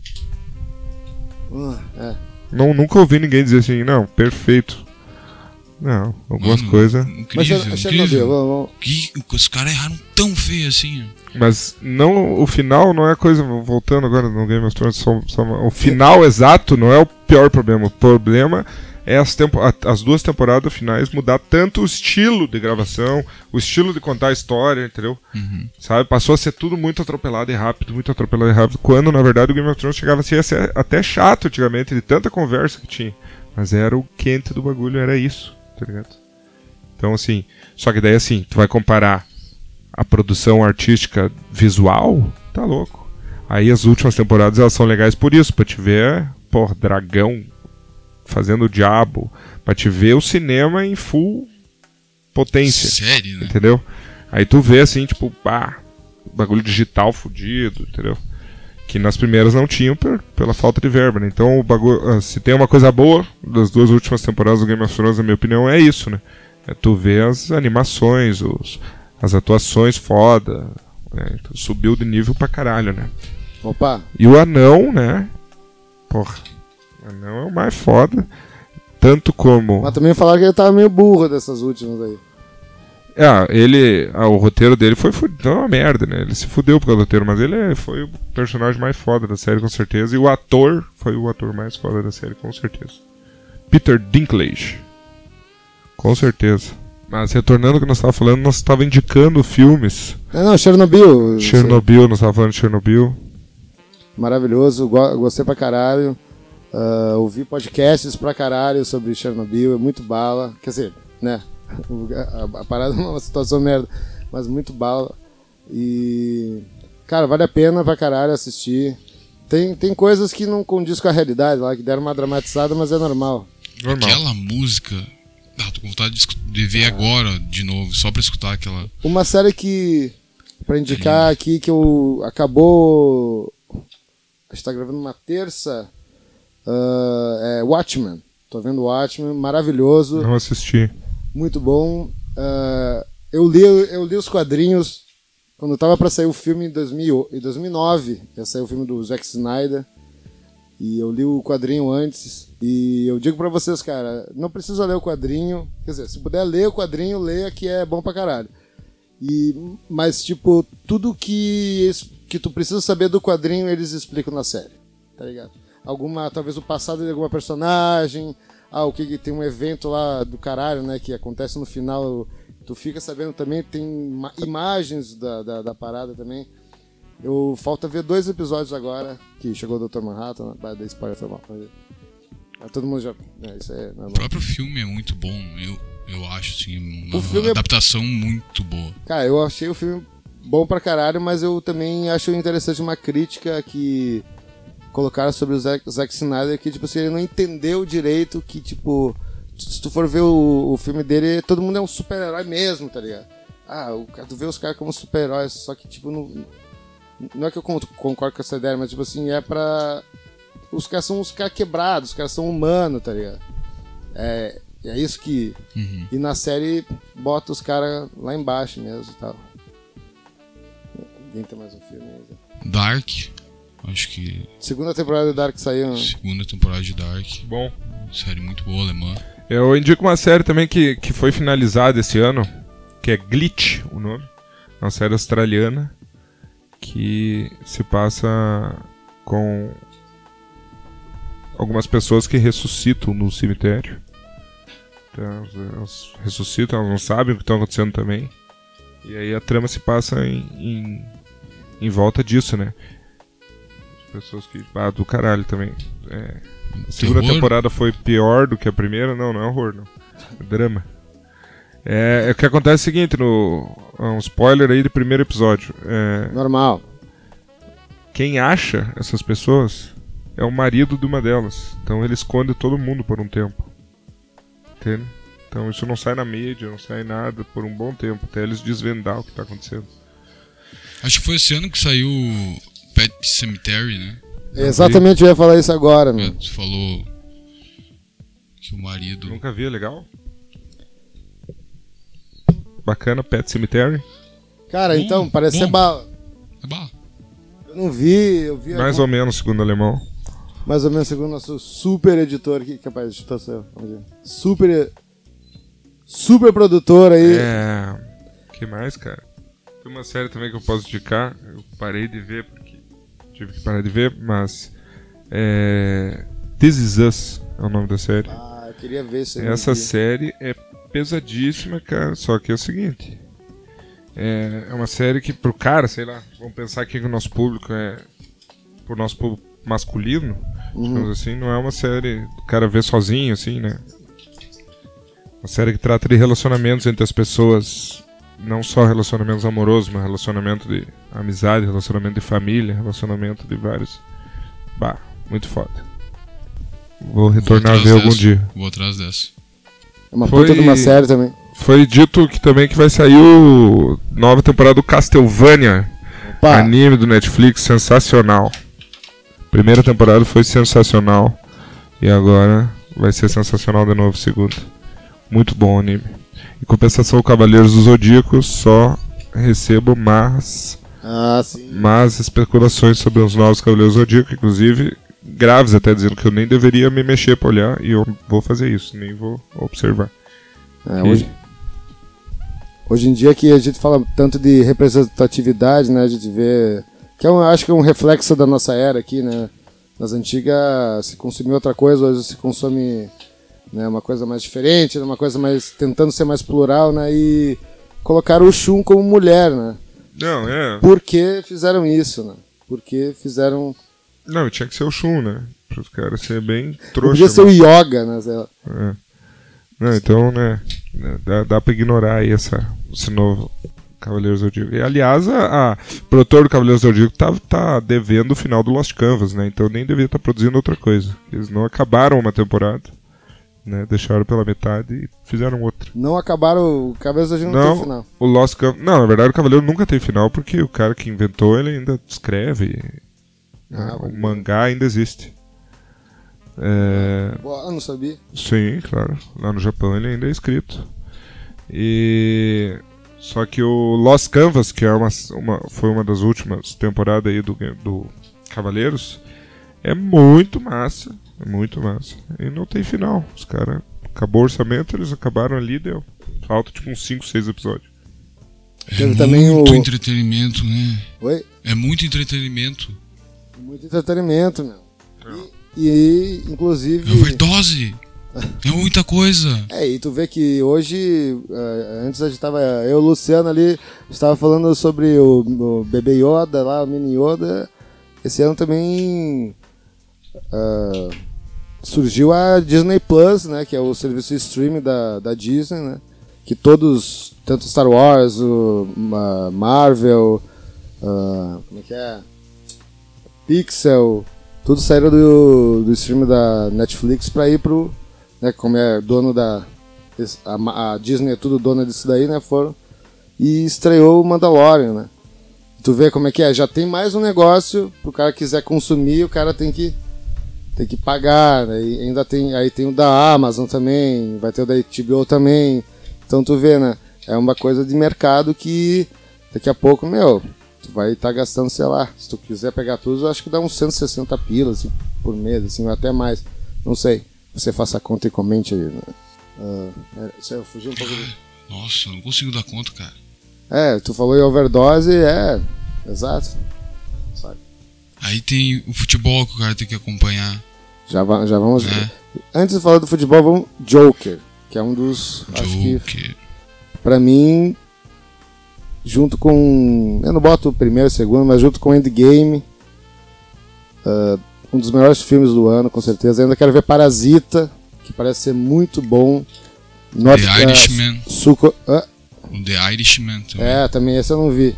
Ah, é. Não, nunca ouvi ninguém dizer assim, não, perfeito. Não, algumas Mano, coisas. Mas Incrível, Cher- Chernobyl, incrível. vamos, vamos. Que, os caras erraram tão feio assim. ó. Mas não, o final não é coisa. Voltando agora no Game of Thrones, só, só uma- o final exato não é o pior problema. O problema é as, tempo, a- as duas temporadas finais mudar tanto o estilo de gravação, o estilo de contar a história, entendeu? Uhum. Sabe? Passou a ser tudo muito atropelado e rápido, muito atropelado e rápido, quando na verdade o Game of Thrones chegava a ser, a ser até chato antigamente, de tanta conversa que tinha. Mas era o quente do bagulho, era isso, tá ligado? Então assim, só que daí assim, tu vai comparar a produção artística visual, tá louco. Aí as últimas temporadas elas são legais por isso, pra te ver, pô, dragão fazendo o diabo, pra te ver o cinema em full potência. Sério, né? Entendeu? Aí tu vê assim, tipo, pá, bagulho digital fudido, entendeu? Que nas primeiras não tinham per- pela falta de verba, né? Então, o bagulho, ah, se tem uma coisa boa das duas últimas temporadas do Game of Thrones, na minha opinião, é isso, né? É tu ver as animações, os, as atuações foda, né? Então, subiu de nível pra caralho, né? Opa, E o anão, né? Porra, o anão é o mais foda. Tanto como... mas também falaram que ele tava meio burro dessas últimas aí. Ah, ele. Ah, o roteiro dele foi, foi uma merda, né? Ele se fudeu por causa do roteiro, mas ele é- foi o personagem mais foda da série, com certeza. E o ator foi o ator mais foda da série, com certeza. Peter Dinklage. Com certeza. Mas retornando ao que nós estávamos falando, nós estávamos indicando filmes. Não, não, Chernobyl. Chernobyl, nós estávamos falando de Chernobyl. Maravilhoso, go- gostei pra caralho. Ah, ouvi podcasts pra caralho sobre Chernobyl, é muito bala. Quer dizer, né? O- A, a parada é uma situação merda, mas muito bala. E. Cara, vale a pena pra caralho assistir. Tem, tem coisas que não condiz com a realidade lá, que deram uma dramatizada, mas é normal. Normal. Aquela música. Ah, tô com vontade de, escu- de ver agora de novo, só pra escutar aquela. Uma série que. Pra indicar aqui, que eu. Acabou. A gente tá gravando uma terça. ah, é Watchmen. Tô vendo Watchmen, maravilhoso. Não assisti. Muito bom. Ah, eu, li, eu li os quadrinhos quando tava para sair o filme em dois mil, em dois mil e nove. Ia sair o filme do Zack Snyder. E eu li o quadrinho antes. E eu digo pra vocês, cara, não precisa ler o quadrinho. Quer dizer, se puder ler o quadrinho, leia, que é bom pra caralho. E, mas, tipo, tudo que, que tu precisa saber do quadrinho, eles explicam na série. Tá ligado? Alguma, talvez o passado de alguma personagem. Ah, o que, que tem um evento lá do caralho, né? Que acontece no final. Tu fica sabendo também, tem ima- imagens da, da, da parada também. Eu falta ver dois episódios agora, que chegou o doutor Manhattan, vai dar spoiler, foi mal. Mas todo mundo já... É, isso é normal. O próprio filme é muito bom, eu, eu acho, assim, uma O filme é- adaptação muito boa. Cara, eu achei o filme bom pra caralho, mas eu também acho interessante uma crítica que colocaram sobre o Zack, Zack Snyder, que, tipo assim, ele não entendeu direito que, tipo, se tu for ver o, o filme dele, todo mundo é um super-herói mesmo, tá ligado? Ah, o, tu vê os caras como super-heróis, só que, tipo, não... Não é que eu concordo com essa ideia, mas tipo assim, é pra... Os caras são os caras quebrados, os caras são humanos, tá ligado? É, é isso que... Uhum. E na série bota os caras lá embaixo mesmo e tal. Alguém tem mais um filme aí? Dark, acho que Segunda temporada de Dark saiu, né? segunda temporada de Dark, Bom, série muito boa, alemã. eu indico uma série também que, que foi finalizada esse ano, que é Glitch, o nome. Uma série australiana que se passa com algumas pessoas que ressuscitam no cemitério. Então, elas ressuscitam, elas não sabem o que está acontecendo também. E aí a trama se passa em, em, em volta disso, né? As pessoas que... Ah, do caralho também. É, a segunda Terror? temporada foi pior do que a primeira. Não, não é horror, não. É drama. É, é o que acontece é o seguinte, no, um spoiler aí do primeiro episódio. É, Normal. quem acha essas pessoas é o marido de uma delas. Então ele esconde todo mundo por um tempo. Entende? Então isso não sai na mídia, não sai nada por um bom tempo, até eles desvendar o que está acontecendo. Acho que foi esse ano que saiu Pet Cemetery, né? Exatamente, eu ia falar isso agora, meu. Tu falou que o marido... Nunca vi, é legal? Bacana, Pet Cemetery. Cara, Bom, então, parece bom. ser bala. É bala. Eu não vi, eu vi... Mais algum- ou menos, segundo o alemão. Mais ou menos segundo o nosso super editor aqui, capaz de editor seu. Vamos ver. Super... Super produtor aí. É... que mais, cara? Tem uma série também que eu posso indicar. Eu parei de ver porque tive que parar de ver, mas... É... This Is Us é o nome da série. Ah, eu queria ver isso aí. Essa não vi. série é pesadíssima, cara. Só que é o seguinte: é, é uma série que, pro cara, sei lá, vamos pensar aqui que o nosso público é. Pro nosso público masculino, digamos assim, não é uma série do cara ver sozinho, assim, né? Uma série que trata de relacionamentos entre as pessoas, não só relacionamentos amorosos, mas relacionamento de amizade, relacionamento de família, relacionamento de vários. Bah, muito foda. Vou retornar a Vou ver atrás algum dessa. dia. Vou atrás dessa. É uma Foi- puta de uma série também. Foi dito que também que vai sair o nova temporada do Castlevania, Pá, anime do Netflix, sensacional. Primeira temporada foi sensacional e agora vai ser sensacional de novo, segunda. Muito bom o anime. Em compensação, Cavaleiros do Zodíaco, só recebo mas, ah, sim. mas especulações sobre os novos Cavaleiros do Zodíaco, inclusive graves até dizendo que eu nem deveria me mexer pra olhar e eu vou fazer isso, nem vou observar. É, hoje, hoje em dia que a gente fala tanto de representatividade, né? A gente vê... Que é um, acho que é um reflexo da nossa era aqui, né? Nas antigas se consumia outra coisa, hoje se consome, né, uma coisa mais diferente, uma coisa mais... Tentando ser mais plural, né? E colocaram o Shun como mulher, né? Não, é... Por que fizeram isso, né? Por que fizeram... Não, tinha que ser o Shun, né? Para os caras ser bem trouxa. Podia ser o Yoga, né? sei lá. É. Não, então, né, né, dá, dá pra ignorar aí essa, esse novo Cavaleiros do Zodíaco. E, aliás, a, a produtor do Cavaleiros do Zodíaco tá, tá devendo o final do Lost Canvas, né? Então nem devia estar produzindo outra coisa. Eles não acabaram uma temporada, né? Deixaram pela metade e fizeram outra. Não acabaram... O Cavaleiros do Zodíaco não, Não, tem final. o Lost Canvas... Não, na verdade o Cavaleiro nunca tem final porque o cara que inventou ele ainda escreve. Ah, né? O pode mangá ainda existe. É... Boa, não sabia. Sim, claro. Lá no Japão ele ainda é escrito. E só que o Lost Canvas, que é uma, uma, foi uma das últimas temporadas aí do, do Cavaleiros, É muito massa, é muito massa. E não tem final. Os caras, acabou o orçamento, eles acabaram ali, deu. Falta tipo uns cinco, seis episódios. É Teve também muito o- entretenimento, né? Oi? É muito entretenimento. Muito entretenimento, meu. E, e, inclusive... É overdose. É muita coisa. É, e tu vê que hoje, eh, antes a gente tava, eu e o Luciano ali, estava falando sobre o, o bebê Yoda lá, o mini Yoda. Esse ano também ah, surgiu a Disney Plus, né, que é o serviço de streaming da, da Disney, né, que todos, tanto Star Wars, o ma- Marvel, ah, como é que é, Pixel, tudo saíram do, do streaming da Netflix para ir pro, né, como é dono da a, a Disney é tudo dona disso daí, né, foram e estreou o Mandalorian, né. Tu vê como é que é, já tem mais um negócio pro cara que quiser consumir, o cara tem que tem que pagar, né? E ainda tem, aí tem o da Amazon também, vai ter o da H B O também. Então tu vê, né, é uma coisa de mercado que daqui a pouco, meu, tu vai estar tá gastando, sei lá, se tu quiser pegar tudo, eu acho que dá uns cento e sessenta pilas assim, por mês, assim, ou até mais, não sei. Você faça a conta e comente aí, né? Uh, é, se eu fugir um pouco do... Nossa, eu não consigo dar conta, cara. É, tu falou em overdose, é, exato. Sabe? Aí tem o futebol que o cara tem que acompanhar. Já, va- já vamos. É. Antes de falar do futebol, vamos. Joker, que é um dos. Acho que, Joker. pra mim, junto com. Eu não boto o primeiro e o segundo, mas junto com Endgame, uh, um dos melhores filmes do ano, com certeza. Ainda quero ver Parasita, que parece ser muito bom. North, The Irishman. Uh, Suco, uh, O The Irishman também. É, também esse eu não vi.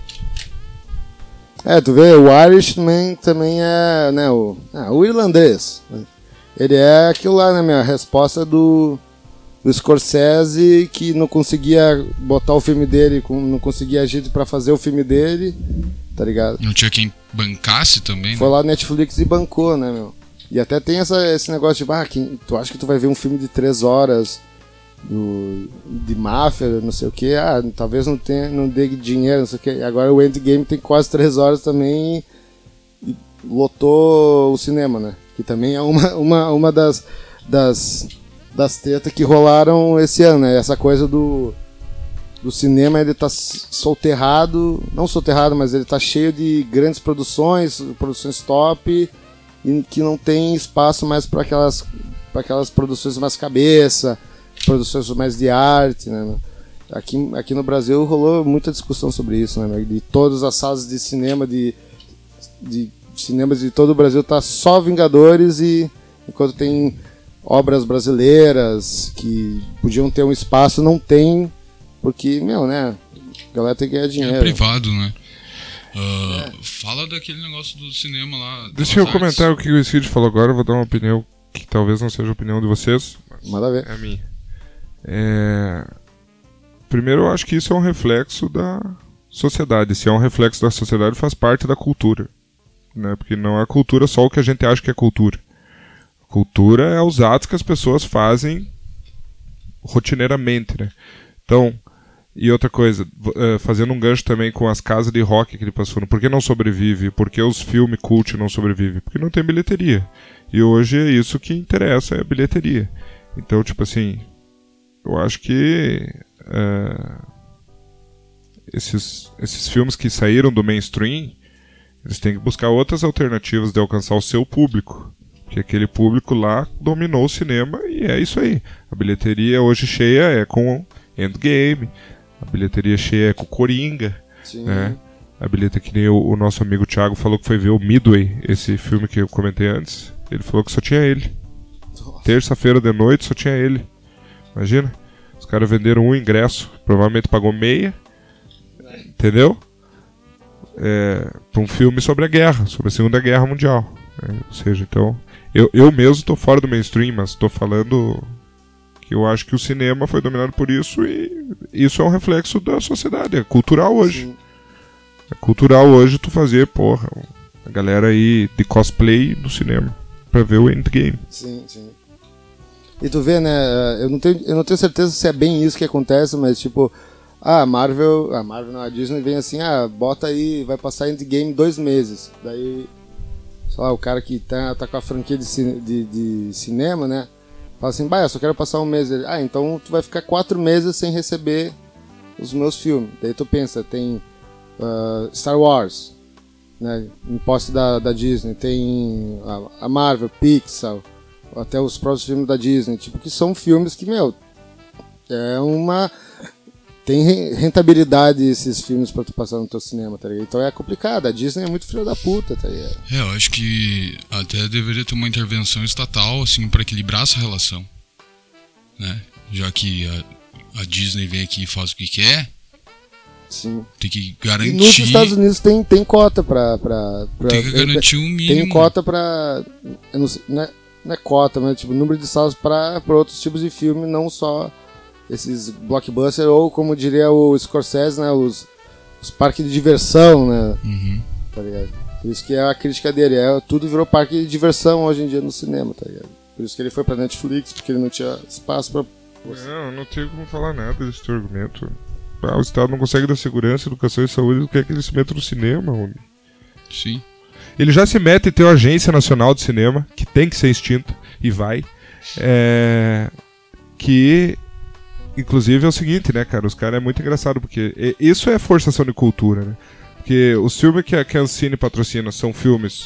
É, tu vê, o Irishman também é, né, o, ah, o irlandês. Ele é aquilo lá, né, minha resposta do, do Scorsese, que não conseguia botar o filme dele, com- não conseguia agir pra fazer o filme dele, tá ligado? Não tinha quem bancasse também, Foi né? lá na Netflix e bancou, né, meu? E até tem essa, esse negócio de, ah, quem, tu acha que tu vai ver um filme de três horas do, de máfia, não sei o que, ah, talvez não tenha, não dê dinheiro, não sei o que. Agora o Endgame tem quase três horas também e, e lotou o cinema, né? Que também é uma, uma, uma das, das, das tretas que rolaram esse ano, né? Essa coisa do, do cinema, ele tá s- soterrado, não soterrado, mas ele tá cheio de grandes produções, produções top, e que não tem espaço mais para aquelas, para aquelas produções mais cabeça, produções mais de arte, né? Aqui, aqui no Brasil rolou muita discussão sobre isso, né? De todas as salas de cinema, de, de cinemas de todo o Brasil, tá só Vingadores, e enquanto tem obras brasileiras que podiam ter um espaço, não tem, porque, meu, né? A galera tem que ganhar É dinheiro. privado, né? Ah, Fala daquele negócio do cinema lá. Deixa eu Belas Artes. comentar o que o Cid falou agora, eu vou dar uma opinião que talvez não seja a opinião de vocês, Manda ver. é a minha. É... Primeiro, eu acho que isso é um reflexo da sociedade. Se é um reflexo da sociedade, faz parte da cultura, né? Porque não é cultura só o que a gente acha que é cultura. Cultura é os atos que as pessoas fazem rotineiramente, né? Então, e outra coisa, v- eh, fazendo um gancho também com as casas de rock que ele passou, por que não sobrevive? Por que os filmes cult não sobrevivem? Porque não tem bilheteria. E hoje é isso que interessa, é a bilheteria. Então, tipo assim, eu acho que eh, esses, esses filmes que saíram do mainstream, eles têm que buscar outras alternativas de alcançar o seu público. Porque aquele público lá dominou o cinema e é isso aí. A bilheteria hoje cheia é com Endgame, a bilheteria cheia é com Coringa, Sim. né? A bilheteria que nem o, o nosso amigo Thiago falou que foi ver o Midway, esse filme que eu comentei antes. Ele falou que só tinha ele. Terça-feira de noite só tinha ele. Imagina? Os caras venderam um ingresso, provavelmente pagou meia, entendeu? É, para um filme sobre a guerra, sobre a Segunda Guerra Mundial. né? Ou seja, então, eu, eu mesmo estou fora do mainstream, mas estou falando que eu acho que o cinema foi dominado por isso e isso é um reflexo da sociedade, é cultural hoje. Sim. É cultural hoje tu fazer, porra, a galera aí de cosplay no cinema pra ver o Endgame. Sim, sim. E tu vê, né, eu não tenho, eu não tenho certeza se é bem isso que acontece, mas tipo, ah, a Marvel, a Marvel não, a Disney vem assim, ah, bota aí, vai passar Endgame dois meses. Daí sei lá, o cara que tá, tá com a franquia de, cine, de, de cinema, né? Fala assim, bah, eu só quero passar um mês. Ele, ah, então tu vai ficar quatro meses sem receber os meus filmes. Daí tu pensa, tem uh, Star Wars, né? Imposto da, da Disney, tem a, a Marvel, Pixar, até os próprios filmes da Disney, tipo, que são filmes que, meu, é uma... Tem rentabilidade esses filmes pra tu passar no teu cinema, tá ligado? Então é complicado, a Disney é muito filho da puta, tá ligado? É, eu acho que até deveria ter uma intervenção estatal, assim, pra equilibrar essa relação, né? Já que a, a Disney vem aqui e faz o que quer, sim, tem que garantir... E nos Estados Unidos tem, tem cota pra, pra, pra... Tem que garantir um mínimo. Tem cota pra... Eu não, sei, não, é, não é cota, mas tipo, número de salas pra, pra outros tipos de filme, não só... esses blockbusters, ou como diria o Scorsese, né, os, os parques de diversão, né, uhum. Tá ligado? Por isso que é a crítica dele, é, tudo virou parque de diversão hoje em dia no cinema, tá ligado? Por isso que ele foi pra Netflix, porque ele não tinha espaço pra... Não, não tenho como falar nada desse teu argumento. Ah, o Estado não consegue dar segurança, educação e saúde, quer que ele se meta no cinema, homem. Sim. Ele já se mete em ter uma agência nacional de cinema, que tem que ser extinta, e vai, é... que... Inclusive é o seguinte, né, cara, os caras é muito engraçado, porque isso é forçação de cultura, né? Porque os filmes que a, que a Ancine patrocina são filmes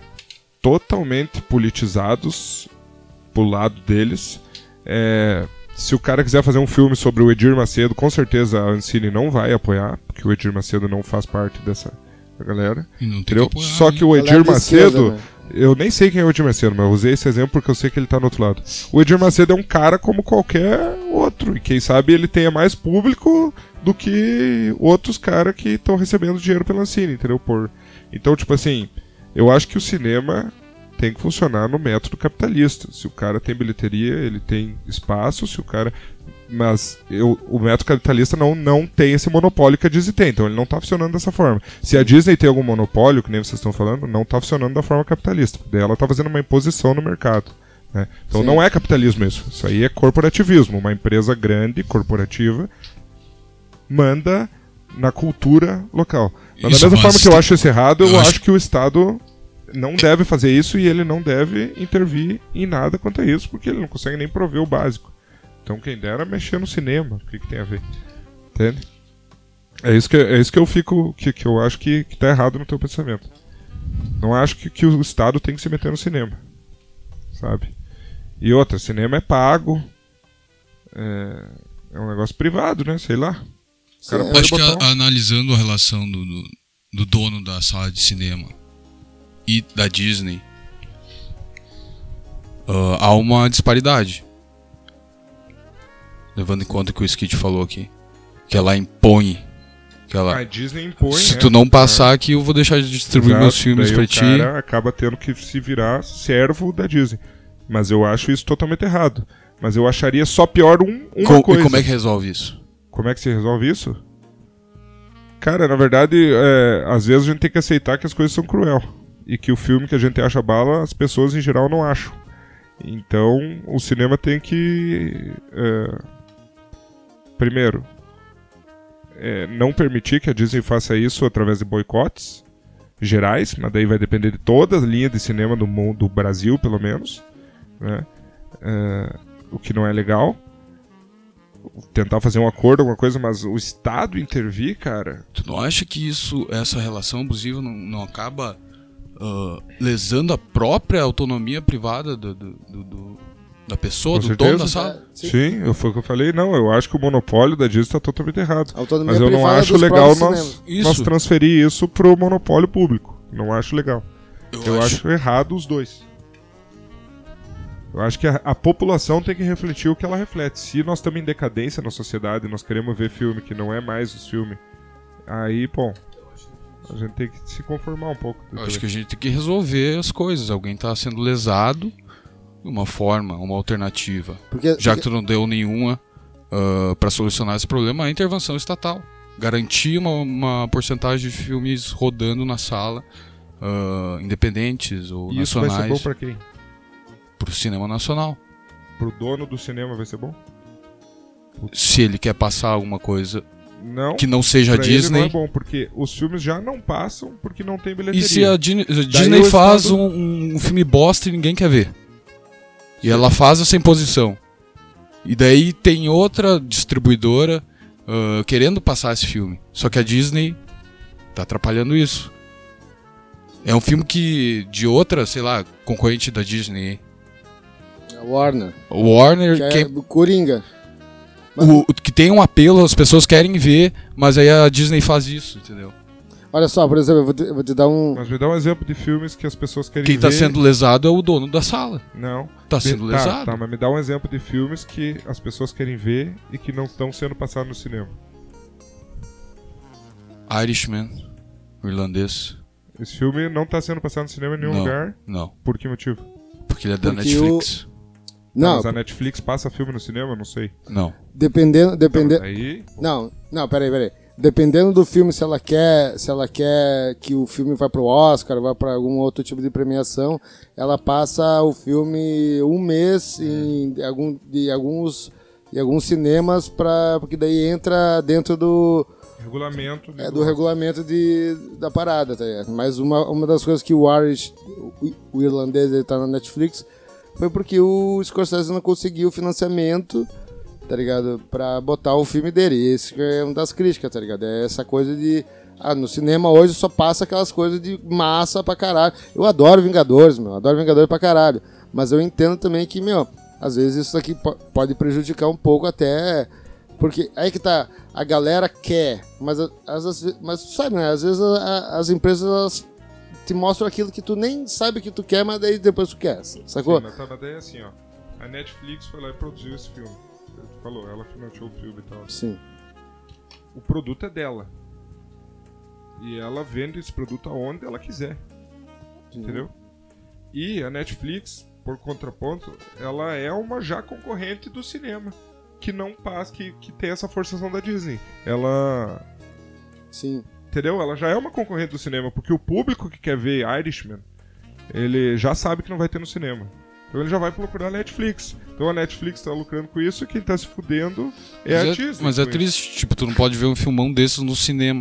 totalmente politizados pro lado deles. É, se o cara quiser fazer um filme sobre o Edir Macedo, com certeza a Ancine não vai apoiar, porque o Edir Macedo não faz parte dessa galera. E não tem entendeu? que apoiar, Só que o Galera Edir da Macedo... esquerda, né? Eu nem sei quem é o Edir Macedo, mas eu usei esse exemplo porque eu sei que ele tá no outro lado. O Edir Macedo é um cara como qualquer outro. E quem sabe ele tenha mais público do que outros caras que estão recebendo dinheiro pela Ancine, entendeu? Por... Então, tipo assim, eu acho que o cinema tem que funcionar no método capitalista. Se o cara tem bilheteria, ele tem espaço. Se o cara... Mas eu, o método capitalista não, não tem esse monopólio que a Disney tem, então ele não está funcionando dessa forma. Se a Disney tem algum monopólio, que nem vocês estão falando, não está funcionando da forma capitalista. Daí ela está fazendo uma imposição no mercado, né? Então Sim. Não é capitalismo isso, isso aí é corporativismo. Uma empresa grande, corporativa, manda na cultura local. Mas Isso, da mesma mas forma que eu tem... acho isso errado, eu, eu acho... acho que o Estado não deve fazer isso e ele não deve intervir em nada quanto a isso, porque ele não consegue nem prover o básico. Então quem dera mexer no cinema, o que, que tem a ver? Entende? É isso que, é isso que eu fico, que, que eu acho que, que tá errado no teu pensamento. Não acho que, que o Estado tem que se meter no cinema, sabe? E outra, cinema é pago, é, é um negócio privado, né? Sei lá. O cara Sim, pode Acho que botar a, um... analisando a relação do, do, do dono da sala de cinema e da Disney, uh, há uma disparidade. Levando em conta que o Skid falou aqui. Que ela impõe. Que ela... A Disney impõe, Se né? tu não passar aqui, eu vou deixar de distribuir Exato, meus filmes daí pra o ti. cara acaba tendo que se virar servo da Disney. Mas eu acho isso totalmente errado. Mas eu acharia só pior um, uma Com, coisa. E como é que resolve isso? Como é que se resolve isso? Cara, na verdade, é, às vezes a gente tem que aceitar que as coisas são cruel. E que o filme que a gente acha bala, as pessoas em geral não acham. Então, o cinema tem que... É, primeiro, é, não permitir que a Disney faça isso através de boicotes gerais, mas daí vai depender de toda a linha de cinema do mundo, do Brasil, pelo menos, né? É, o que não é legal. Tentar fazer um acordo, alguma coisa, mas o Estado intervir, cara... Tu não acha que isso, essa relação abusiva não, não acaba uh, lesando a própria autonomia privada do, do, do, do, da pessoa, Com do certeza. dono da sala? É, sim. Sim, eu, foi o que eu falei. Não, eu acho que o monopólio da Disney está totalmente errado. Autonomia Mas eu não privada acho dos legal próprios nós, cinemas. nós Isso. transferir isso pro monopólio público. Não acho legal. Eu, Eu acho... acho errado os dois. Eu acho que a, a população tem que refletir o que ela reflete. Se nós estamos em decadência na sociedade, nós queremos ver filme que não é mais os filmes, aí, bom, a gente tem que se conformar um pouco. Eu acho que a gente tem que resolver as coisas. Alguém tá sendo lesado de uma forma, uma alternativa. Porque, Já porque- que tu não deu nenhuma uh, para solucionar esse problema, a intervenção estatal. Garantir uma, uma porcentagem de filmes rodando na sala, uh, independentes ou E isso vai ser bom nacionais, pra quem? pro cinema nacional. Pro dono do cinema vai ser bom? Se ele quer passar alguma coisa Não, que não seja a pra ele Disney. não é bom, porque os filmes já não passam porque não tem bilheteria. E se a Disney, a Disney o faz Estado... um, um filme bosta e ninguém quer ver? E Sim. ela faz essa imposição. E daí tem outra distribuidora uh, querendo passar esse filme. Só que a Disney tá atrapalhando isso. É um filme que de outra, sei lá, concorrente da Disney. A Warner. O Warner, que é que, do Coringa. o, que tem um apelo, as pessoas querem ver, mas aí a Disney faz isso, entendeu? Olha só, por exemplo, eu vou te, eu vou te dar um... Mas me dá um exemplo de filmes que as pessoas querem Quem ver... Quem tá sendo lesado é o dono da sala. Não. Tá sendo me, lesado. Tá, tá, mas me dá um exemplo de filmes que as pessoas querem ver e que não estão sendo passados no cinema. Irishman, o irlandês. Esse filme não tá sendo passado no cinema em nenhum não, lugar. Não. Por que motivo? Porque ele é da Porque Netflix. O... Não. Mas a Netflix passa filme no cinema? Não sei. Não. Dependendo... dependendo... Então, aí... Não, não, peraí, peraí. Dependendo do filme, se ela quer, se ela quer que o filme vá pro Oscar, vá para algum outro tipo de premiação, ela passa o filme um mês em algum, de alguns, em alguns cinemas, pra, porque daí entra dentro do regulamento, de é, do regulamento de, da parada, tá ligado? Mas uma, uma das coisas que o Irish, o, o irlandês, ele tá na Netflix, foi porque o Scorsese não conseguiu financiamento, tá ligado? Pra botar o filme dele. E esse é uma das críticas, tá ligado? É essa coisa de... Ah, no cinema hoje só passa aquelas coisas de massa pra caralho. Eu adoro Vingadores, meu. Adoro Vingadores pra caralho. Mas eu entendo também que, meu, às vezes isso aqui pode prejudicar um pouco até... Porque aí que tá... A galera quer, mas, as, mas sabe, né? Às vezes a, a, as empresas elas te mostram aquilo que tu nem sabe que tu quer, mas daí depois tu quer, sacou? Sim, mas tá, mas daí é assim, ó. A Netflix foi lá e produziu esse filme. Tu falou, ela financiou o filme e tal. Sim. O produto é dela. E ela vende esse produto aonde ela quiser. Sim. Entendeu? E a Netflix, por contraponto, ela é uma já concorrente do cinema. Que não passa, que, que tem essa forçação da Disney. Ela... Sim. Entendeu? Ela já é uma concorrente do cinema, porque o público que quer ver Irishman, ele já sabe que não vai ter no cinema. Então ele já vai procurar a Netflix. Então a Netflix tá lucrando com isso e quem tá se fudendo é mas a é, Disney. Mas é triste, tipo, tu não pode ver um filmão desses no cinema.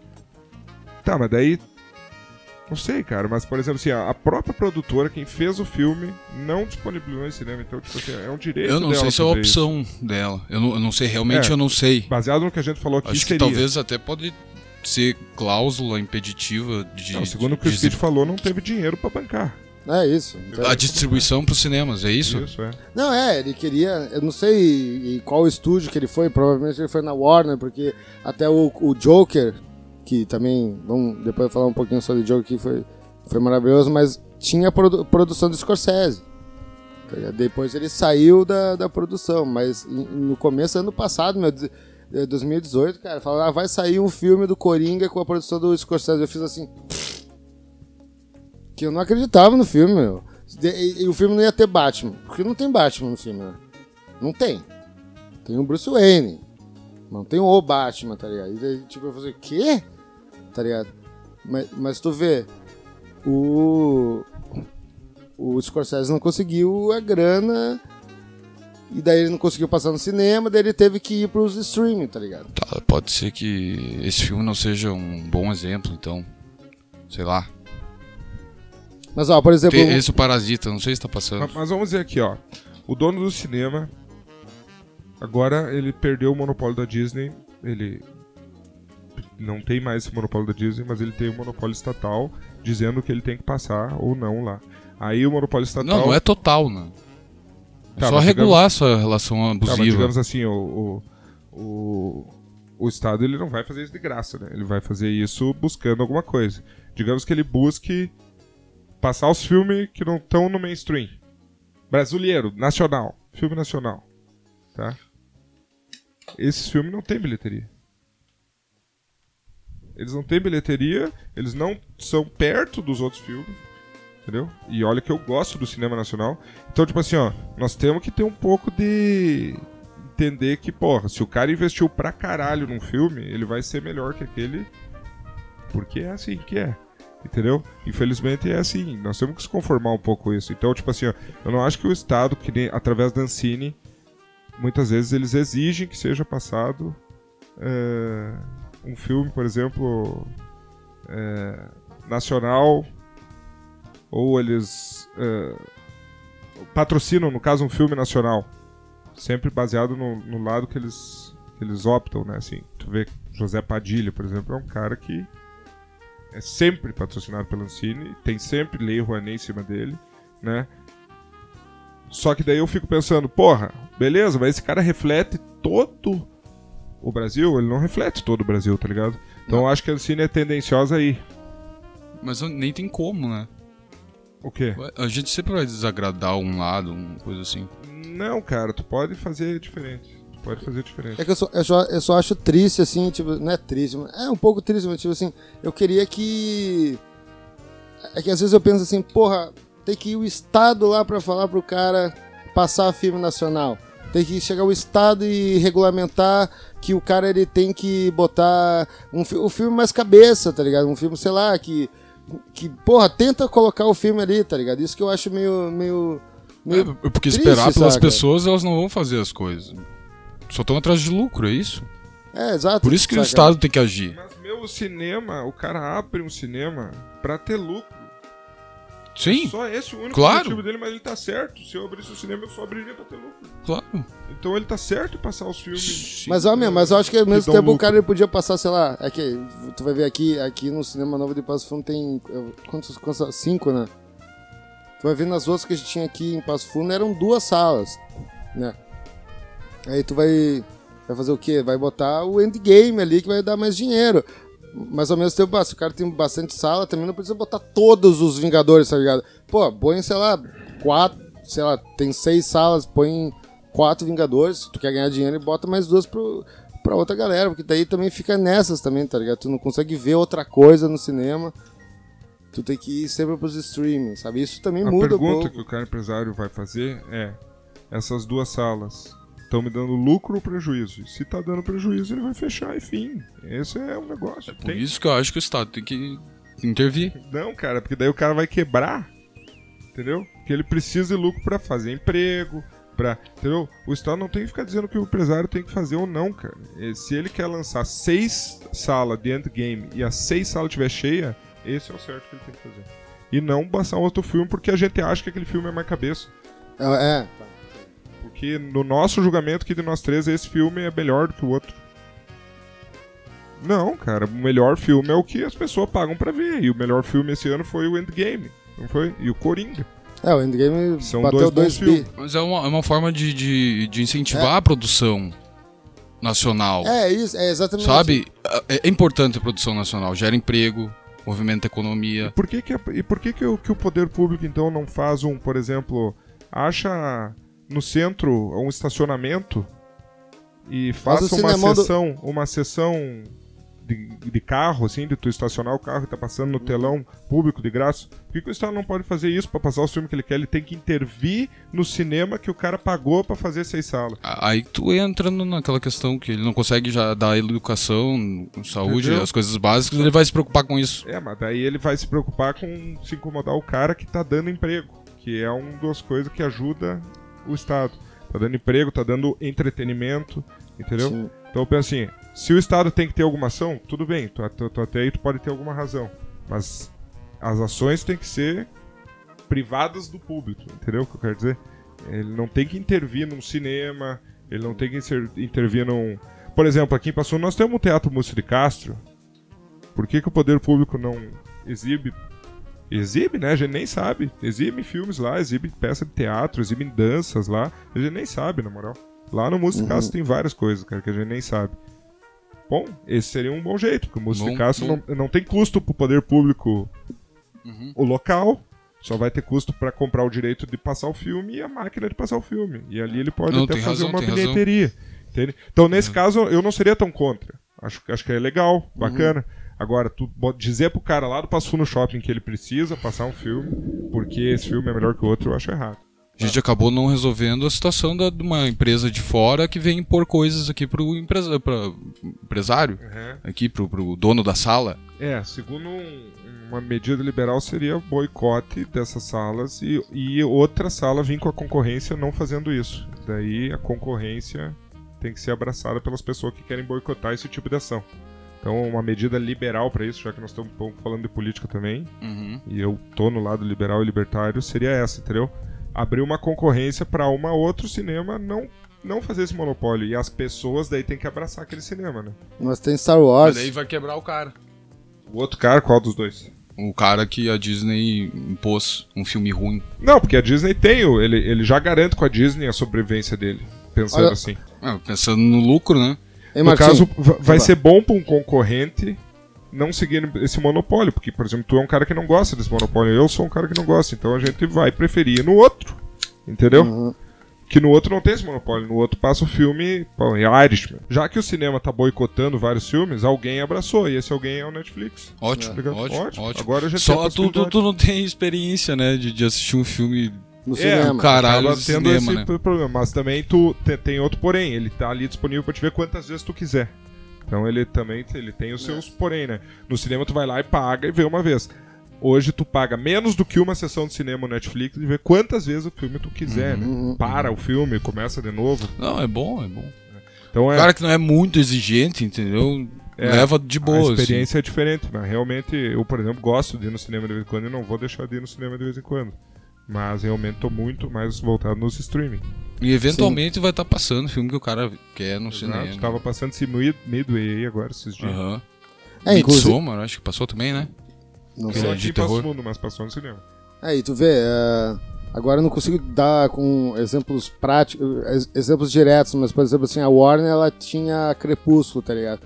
Tá, mas daí... Não sei, cara, mas por exemplo, assim, a própria produtora, quem fez o filme, não disponibilizou em cinema. Então, tipo assim, é um direito Eu não dela sei se é a fazer opção isso. dela. Eu não, eu não sei, realmente É, eu não sei. Baseado no que a gente falou aqui, Acho que seria. talvez até pode ser cláusula impeditiva de... Não, segundo o que de, o Speed falou, não teve dinheiro pra bancar. É isso. A distribuição pros cinemas, é isso? Isso, é. Não, é, ele queria, eu não sei em qual estúdio que ele foi, provavelmente ele foi na Warner, porque até o, o Joker, que também, vamos depois falar um pouquinho sobre o Joker, que foi, foi maravilhoso, mas tinha produ- produção do Scorsese. Depois ele saiu da, da produção, mas no começo do ano passado, meu, dois mil e dezoito, cara, falaram, ah, vai sair um filme do Coringa com a produção do Scorsese. Eu fiz assim... Que eu não acreditava no filme, meu. E, e o filme não ia ter Batman. Porque não tem Batman no filme, né? Não tem. Tem o Bruce Wayne. Não tem o Batman, tá ligado? E daí, tipo, eu falei, o quê? Tá ligado? Mas, mas tu vê, o... O Scorsese não conseguiu a grana... E daí ele não conseguiu passar no cinema, daí ele teve que ir pros streaming, tá ligado? Tá, pode ser que esse filme não seja um bom exemplo, então... Sei lá. Mas, ó, por exemplo... Tem esse o Parasita, não sei se tá passando. Mas, mas vamos dizer aqui, ó. O dono do cinema, agora ele perdeu o monopólio da Disney. Ele não tem mais esse monopólio da Disney, mas ele tem o monopólio estatal, dizendo que ele tem que passar ou não lá. Aí o monopólio estatal... Não, não é total, né? É Tá, só mas regular digamos... essa relação abusiva. Tá, mas digamos assim, o, o, o, o Estado ele não vai fazer isso de graça, né? Ele vai fazer isso buscando alguma coisa. Digamos que ele busque passar os filmes que não estão no mainstream. Brasileiro, nacional. Filme nacional. Tá? Esses filmes não têm bilheteria. Eles não têm bilheteria, eles não são perto dos outros filmes. Entendeu? E olha que eu gosto do cinema nacional. Então, tipo assim, ó, nós temos que ter um pouco de... Entender que, porra, se o cara investiu pra caralho num filme, ele vai ser melhor que aquele... Porque é assim que é. Entendeu? Infelizmente é assim. Nós temos que se conformar um pouco com isso. Então, tipo assim, ó, eu não acho que o Estado, que nem, através da Ancine, muitas vezes eles exigem que seja passado é, um filme, por exemplo, é, nacional, ou eles é, patrocinam, no caso, um filme nacional, sempre baseado no, no lado que eles, que eles optam, né? Assim, tu vê José Padilha, por exemplo, é um cara que é sempre patrocinado pela Ancine, tem sempre Lei Rouanet em cima dele, né? Só que daí eu fico pensando, porra, beleza, mas esse cara reflete todo o Brasil? Ele não reflete todo o Brasil, tá ligado? Então Não. eu acho que a Ancine é tendenciosa aí. Mas nem tem como, né? O quê? A gente sempre vai desagradar um lado, uma coisa assim. Não, cara, tu pode fazer diferente. Tu pode fazer diferente. É que eu só, eu, só, eu só acho triste, assim, tipo, não é triste, mas é um pouco triste, mas tipo assim, eu queria que... É que às vezes eu penso assim, porra, tem que ir o Estado lá pra falar pro cara passar filme nacional. Tem que chegar o Estado e regulamentar que o cara ele tem que botar um, fi- um filme mais cabeça, tá ligado? Um filme, sei lá, que, que, porra, tenta colocar o filme ali, tá ligado? Isso que eu acho meio... meio, meio É, porque triste, esperar pelas saca? pessoas, elas não vão fazer as coisas. Só estão atrás de lucro, é isso? É, exato. Por isso que o saca? Estado tem que agir. Mas, meu, o cinema, o cara abre um cinema pra ter lucro. Sim, Só esse o único Claro. motivo dele, mas ele tá certo. Se eu abrisse o cinema, eu só abriria pra ter lucro. claro. Então ele tá certo em passar os filmes. Mas, ó, meu, mas eu acho que ao Que mesmo dão tempo o lucro. cara ele podia passar, sei lá, é que tu vai ver aqui, aqui no Cinema Novo de Passo Fundo tem, eh, quantos, quantos, cinco, né? Tu vai ver nas outras que a gente tinha aqui em Passo Fundo, eram duas salas, né? Aí tu vai, vai fazer o quê? Vai botar o endgame ali que vai dar mais dinheiro. Mas ao mesmo tempo, ah, se o cara tem bastante sala, também não precisa botar todos os Vingadores, tá ligado? Pô, põe, sei lá, quatro, sei lá, tem seis salas, põe quatro Vingadores, se tu quer ganhar dinheiro, e bota mais duas pro, pra outra galera, porque daí também fica nessas também, tá ligado? Tu não consegue ver outra coisa no cinema, tu tem que ir sempre pros streaming, sabe? Isso também A muda um pergunta pouco. que o cara empresário vai fazer é: essas duas salas estão me dando lucro ou prejuízo? Se tá dando prejuízo, ele vai fechar e fim. Esse é o negócio. Por Tem- isso que eu acho que o Estado tem que intervir. Não, cara, porque daí o cara vai quebrar, entendeu? Porque ele precisa de lucro pra fazer emprego, pra, entendeu? O Estado não tem que ficar dizendo o que o empresário tem que fazer ou não, cara. E se ele quer lançar seis salas de endgame e as seis salas estiver cheia, esse é o certo que ele tem que fazer. E não passar outro filme porque a gente acha que aquele filme é mais cabeça. É, é. Porque no nosso julgamento aqui de nós três, esse filme é melhor do que o outro. Não, cara, o melhor filme é o que as pessoas pagam pra ver. E o melhor filme esse ano foi o Endgame, não foi? E o Coringa. É, o endgame São bateu dois dois bons bi. filmes. Mas é uma, é uma forma de, de, de incentivar a produção nacional. É, isso, é exatamente. Sabe? É, é importante a produção nacional. Gera emprego, movimenta a economia. Por que que, a- e por que, que, o, que o poder público, então, não faz um, por exemplo, acha no centro um estacionamento e Faz faça o uma cinemão do- sessão, uma sessão de, de carro, assim, de tu estacionar o carro e tá passando no telão público de graça? Por que, que o Estado não pode fazer isso pra passar os filmes que ele quer? Ele tem que intervir no cinema que o cara pagou pra fazer seis salas. Aí tu entra no- naquela questão que ele não consegue já dar educação, saúde, Entendeu? as coisas básicas, ele vai se preocupar com isso. É, mas daí ele vai se preocupar com se incomodar o cara que tá dando emprego, que é uma das coisas que ajuda o Estado. Tá dando emprego, tá dando entretenimento, entendeu? Sim. Então eu penso assim, se o Estado tem que ter alguma ação, tudo bem, tu, tu, tu, até aí tu pode ter alguma razão, mas as ações têm que ser privadas do público, entendeu o que eu quero dizer? Ele não tem que intervir num cinema, ele não tem que inser- intervir num... Por exemplo, aqui em Passo Fundo nós temos o Teatro Múcio de Castro. Por que, que o poder público não exibe? Exibe, né? A gente nem sabe. Exibe filmes lá, exibe peça de teatro, exibe danças lá. A gente nem sabe, na moral. Lá no Múcio de Castro tem várias coisas, cara, que a gente nem sabe. Bom, esse seria um bom jeito, porque o Múcio Bom, de Castro bom. não, não tem custo pro poder público Uhum. o local, só vai ter custo pra comprar o direito de passar o filme e a máquina de passar o filme. E ali ele pode Não, até tem fazer razão, uma tem razão. bilheteria. Entende? Então, nesse caso, eu não seria tão contra. Acho, acho que é legal, bacana. Agora, tu bo- dizer pro cara lá do Passo Fundo Shopping que ele precisa passar um filme, porque esse filme é melhor que o outro, eu acho errado. A gente acabou não resolvendo a situação da- de uma empresa de fora que vem impor coisas aqui pro empresa, pra, empresário, aqui pro, pro dono da sala. É, segundo um- uma medida liberal seria boicote dessas salas e, e outra sala vir com a concorrência não fazendo isso. Daí a concorrência tem que ser abraçada pelas pessoas que querem boicotar esse tipo de ação. Então, uma medida liberal para isso, já que nós estamos falando de política também, Uhum. e eu tô no lado liberal e libertário, seria essa, entendeu? Abrir uma concorrência para uma outro cinema não, não fazer esse monopólio. E as pessoas daí tem que abraçar aquele cinema, né? Mas tem Star Mas Wars. daí vai quebrar o cara. O outro cara, qual dos dois? O cara que a Disney impôs um filme ruim. Não, porque a Disney tem, o- ele, ele já garante com a Disney a sobrevivência dele, pensando Olha- assim. Ah, pensando no lucro, né? Ei, No Martinho, caso, va- vai lá. ser bom para um concorrente não seguir esse monopólio, porque, por exemplo, tu é um cara que não gosta desse monopólio, eu sou um cara que não gosta, então a gente vai preferir ir no outro, entendeu? Uhum. Que no outro não tem esse monopólio, no outro passa o filme, pô, é Irishman. Já que o cinema tá boicotando vários filmes, alguém abraçou, e esse alguém é o Netflix. Ótimo, Tá ligado? ótimo, Ótimo. ótimo. Agora a gente tem a Só tu, tu, possibilidade. tu não tem experiência, né, de, de assistir um filme No É, cinema. caralho Acaba de tendo cinema, esse né? problema, mas também tu te- tem outro porém, ele tá ali disponível pra te ver quantas vezes tu quiser. Então ele também ele tem os seus porém, né? No cinema tu vai lá e paga e vê uma vez. Hoje tu paga menos do que uma sessão de cinema no Netflix e vê quantas vezes o filme tu quiser, Uhum. né? Para o filme, começa de novo. Não, é bom, é bom. Então O é, cara que não é muito exigente, entendeu? É, Leva de boa, a experiência é diferente, mas realmente eu, por exemplo, gosto de ir no cinema de vez em quando e não vou deixar de ir no cinema de vez em quando. Mas realmente tô muito mais voltado nos streaming. assim. E eventualmente vai estar passando filme que o cara quer no Exato. cinema. Tava passando esse Mid- Midway aí agora esses dias. Aham. É, inclusive. Midsommar, acho que passou também, né? Não Aquele sei. Só de aqui passa terror. o mundo, mas passou no cinema. É, e tu vê, é, agora eu não consigo dar com exemplos práticos, ex- exemplos diretos, mas por exemplo assim, a Warner ela tinha Crepúsculo, tá ligado?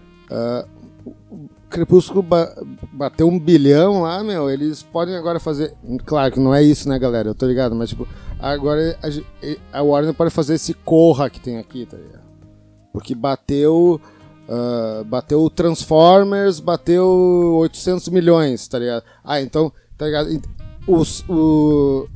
Ah, o Crepúsculo ba- bateu um bilhão lá, meu, eles podem agora fazer, claro que não é isso, né, galera, eu tô ligado, mas tipo, agora a, ge- a Warner pode fazer esse Corra que tem aqui, tá ligado? Porque bateu... ah, bateu Transformers, bateu oitocentos milhões, tá ligado? Ah, então, tá ligado? Os, o,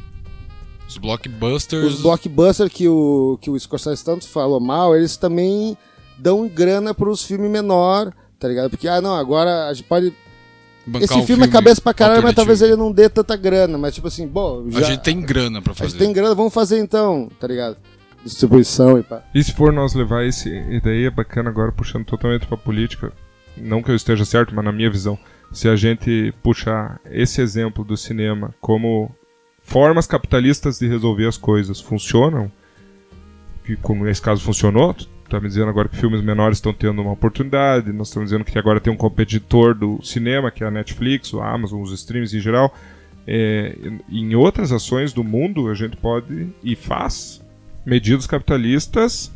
Os blockbusters. os blockbusters que o, que o Scorsese tanto falou mal, eles também dão grana pros filmes menor, tá ligado? Porque, ah, não, agora a gente pode... bancar Esse um filme é cabeça pra caralho, mas alternativo. talvez ele não dê tanta grana, mas tipo assim, bom... Já, A gente tem grana pra a fazer. gente tem grana, vamos fazer então, tá ligado? Distribuição e pá. E se for nós levar esse. E daí é bacana agora, puxando totalmente pra política. Não que eu esteja certo, mas na minha visão. Se a gente puxar esse exemplo do cinema como formas capitalistas de resolver as coisas funcionam, que como nesse caso funcionou, tu tá me dizendo agora que filmes menores estão tendo uma oportunidade, nós estamos dizendo que agora tem um competidor do cinema, que é a Netflix, o Amazon, os streams em geral. É, em outras ações do mundo, a gente pode e faz medidas capitalistas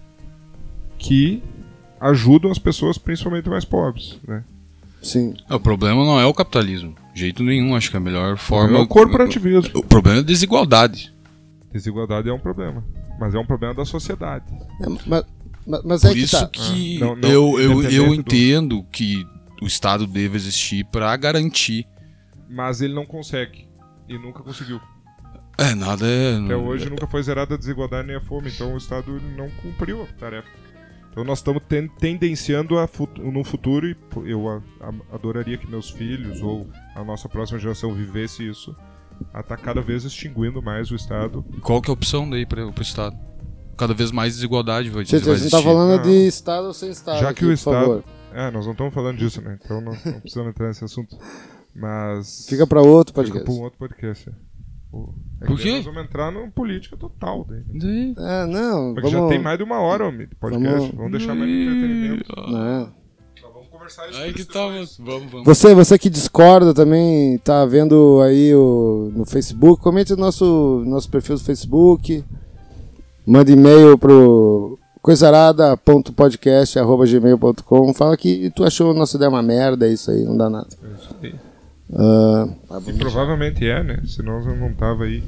que ajudam as pessoas, principalmente mais pobres, né? Sim. O problema não é o capitalismo. De jeito nenhum, acho que a melhor forma. É o corporativismo. O problema é a desigualdade. Desigualdade é um problema, mas é um problema da sociedade. É, mas, mas, mas é Por que isso tá. que Ah, não- não, eu, eu, independente eu do- entendo que o Estado deve existir pra garantir. Mas ele não consegue e nunca conseguiu. É, nada é. Até hoje nunca foi zerada a desigualdade nem a fome, então o Estado não cumpriu a tarefa. Então nós estamos ten- tendenciando a fut- no futuro, e pô, eu a- a- adoraria que meus filhos ou a nossa próxima geração vivesse isso, a estar cada vez extinguindo mais o Estado. Qual que é a opção daí para o Estado? Cada vez mais desigualdade vai, Gente, vai a gente tá existir. falando Não. de Estado ou sem Estado. Já aqui, que o por Estado... favor. É, nós não estamos falando disso, né? Então não, não precisamos entrar nesse assunto. Mas... Fica pra outro Fica podcast. pra um outro podcast. é. O- é Por que quê? Nós vamos entrar numa política total. Daí. Daí- É, não, Porque vamos... já tem mais de uma hora homem, de podcast. Vamos- Vamos, deixar mais de entretenimento. Não. Só vamos conversar isso Aí que tá, mas vamos, vamos. Você, você que discorda também, tá vendo aí o, no Facebook, comente no nosso, nosso perfil do Facebook, manda e-mail pro coisarada ponto podcast arroba gmail ponto com, fala que tu achou a nossa ideia uma merda, é isso aí, não dá nada. É isso aí. Ah, E provavelmente é, né? Senão eu não tava aí.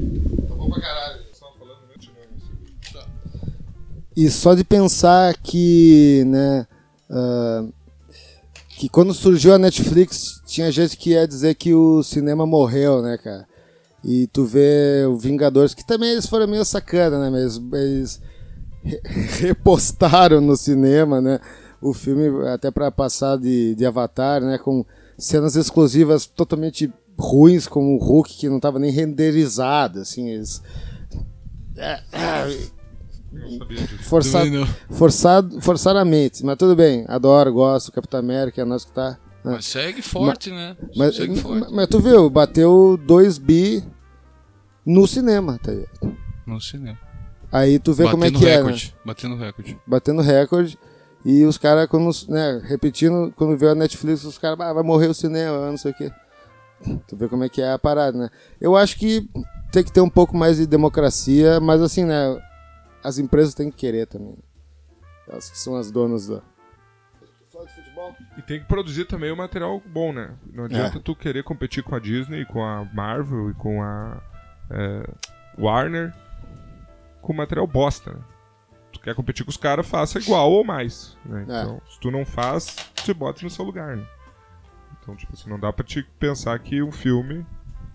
e só de pensar que, né, ah, que quando surgiu a Netflix, tinha gente que ia dizer que o cinema morreu, né, cara? E tu vê o Vingadores, que também eles foram meio sacana, né? Mas eles re- repostaram no cinema, né? O filme até pra passar de, de Avatar, né? Com cenas exclusivas totalmente ruins, como o Hulk que não tava nem renderizado, assim. Eles... É, é, Não sabia disso. Forçado, Também não. forçado, forçadamente. Mas tudo bem, adoro, gosto, Capitão América, é nós que tá. né? Mas segue forte, né? Mas, segue forte. mas tu viu, bateu dois bi no cinema, tá ligado? No cinema. Aí tu vê como é Batendo que é, né? recorde. Batendo recorde. Batendo recorde. E os caras, quando, né, repetindo, quando veio a Netflix, os caras, ah, vai morrer o cinema, não sei o quê. Tu vê como é que é a parada, né? Eu acho que tem que ter um pouco mais de democracia, mas assim, né, as empresas têm que querer também. Elas que são as donas da... E tem que produzir também um material bom, né? Não adianta É. tu querer competir com a Disney, com a Marvel e com a é, Warner com material bosta, né? Tu quer competir com os caras, faça igual ou mais, né? É. Então, se tu não faz, te bota no seu lugar, né? Então, tipo assim, não dá pra te pensar que um filme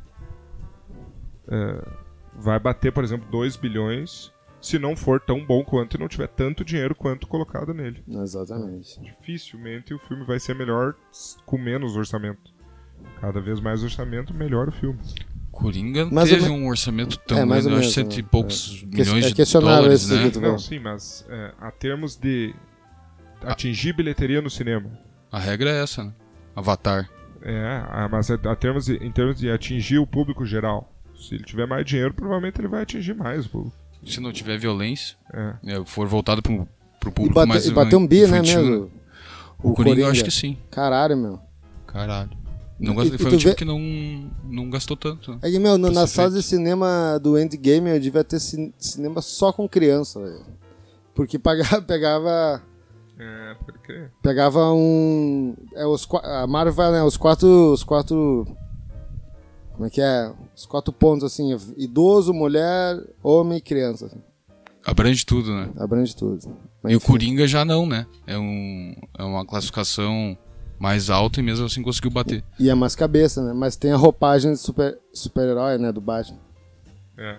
é, vai bater, por exemplo, dois bilhões se não for tão bom quanto e não tiver tanto dinheiro quanto colocado nele. Exatamente. Dificilmente o filme vai ser melhor com menos orçamento. Cada vez mais orçamento, melhor o filme. Coringa não Mais ou teve me- um orçamento tão É, mais grande, ou eu acho menos, cento e né? poucos É. milhões É de questionável dólares, esse né? que tu- Não, sim, mas é, a termos de atingir bilheteria no cinema. A regra é essa, né? Avatar. É, a- mas a, a termos de- em termos de atingir o público geral. Se ele tiver mais dinheiro, provavelmente ele vai atingir mais o público. Se não tiver violência, É. né, for voltado pro, pro E, público bate, mais e bateu um bi, né, infantil, mesmo? O, Coringa, eu acho que sim. Caralho, meu. Caralho. Não E- gast- e foi tu um time vê- que não, não gastou tanto. né? É que, meu, no, Pra na ser sala feito. de cinema do Endgame eu devia ter cin- cinema só com criança, velho. Porque pagava, pegava... É, pode crer. Pegava um... É, os, qua- a Marvel, né, os quatro... Os quatro... Como é que é? Os quatro pontos, assim, idoso, mulher, homem e criança. Assim. Abrange tudo, né? Abrange tudo. Mas, E o enfim. Coringa já não, né? É, um, é uma classificação mais alta e mesmo assim conseguiu bater. E é mais cabeça, né? Mas tem a roupagem de super, super-herói, né? Do Batman. É.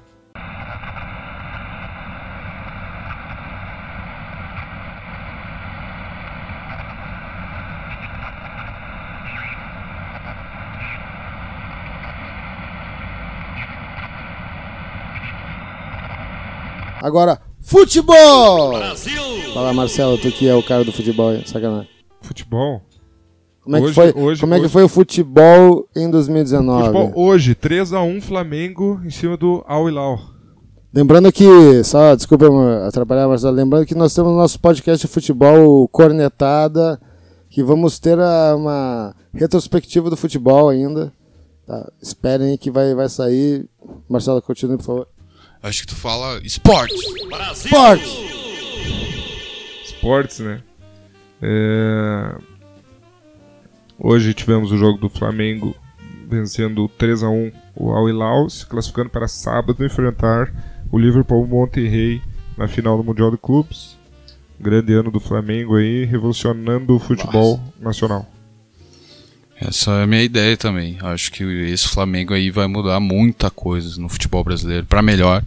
Agora, futebol! Fala, Marcelo, tu que é o cara do futebol, hein? Sacanagem. Futebol. Como é, que Hoje- foi, hoje- como é que hoje- foi o futebol em dois mil e dezenove? Futebol hoje, três a um Flamengo em cima do Al Hilal. Lembrando que, só, desculpa eu atrapalhar, Marcelo, lembrando que nós temos nosso podcast de futebol Cornetada, que vamos ter a- uma retrospectiva do futebol ainda. Tá? Esperem aí que vai, vai sair. Marcelo, continue, por favor. Acho que tu fala esporte. Esporte! Esportes, né? É, Hoje tivemos o jogo do Flamengo vencendo três a um o Al Hilal, se classificando para sábado enfrentar o Liverpool Monterrey na final do Mundial de Clubes. Grande ano do Flamengo aí, revolucionando o futebol nacional. Essa é a minha ideia também. Acho que esse Flamengo aí vai mudar muita coisa no futebol brasileiro pra melhor.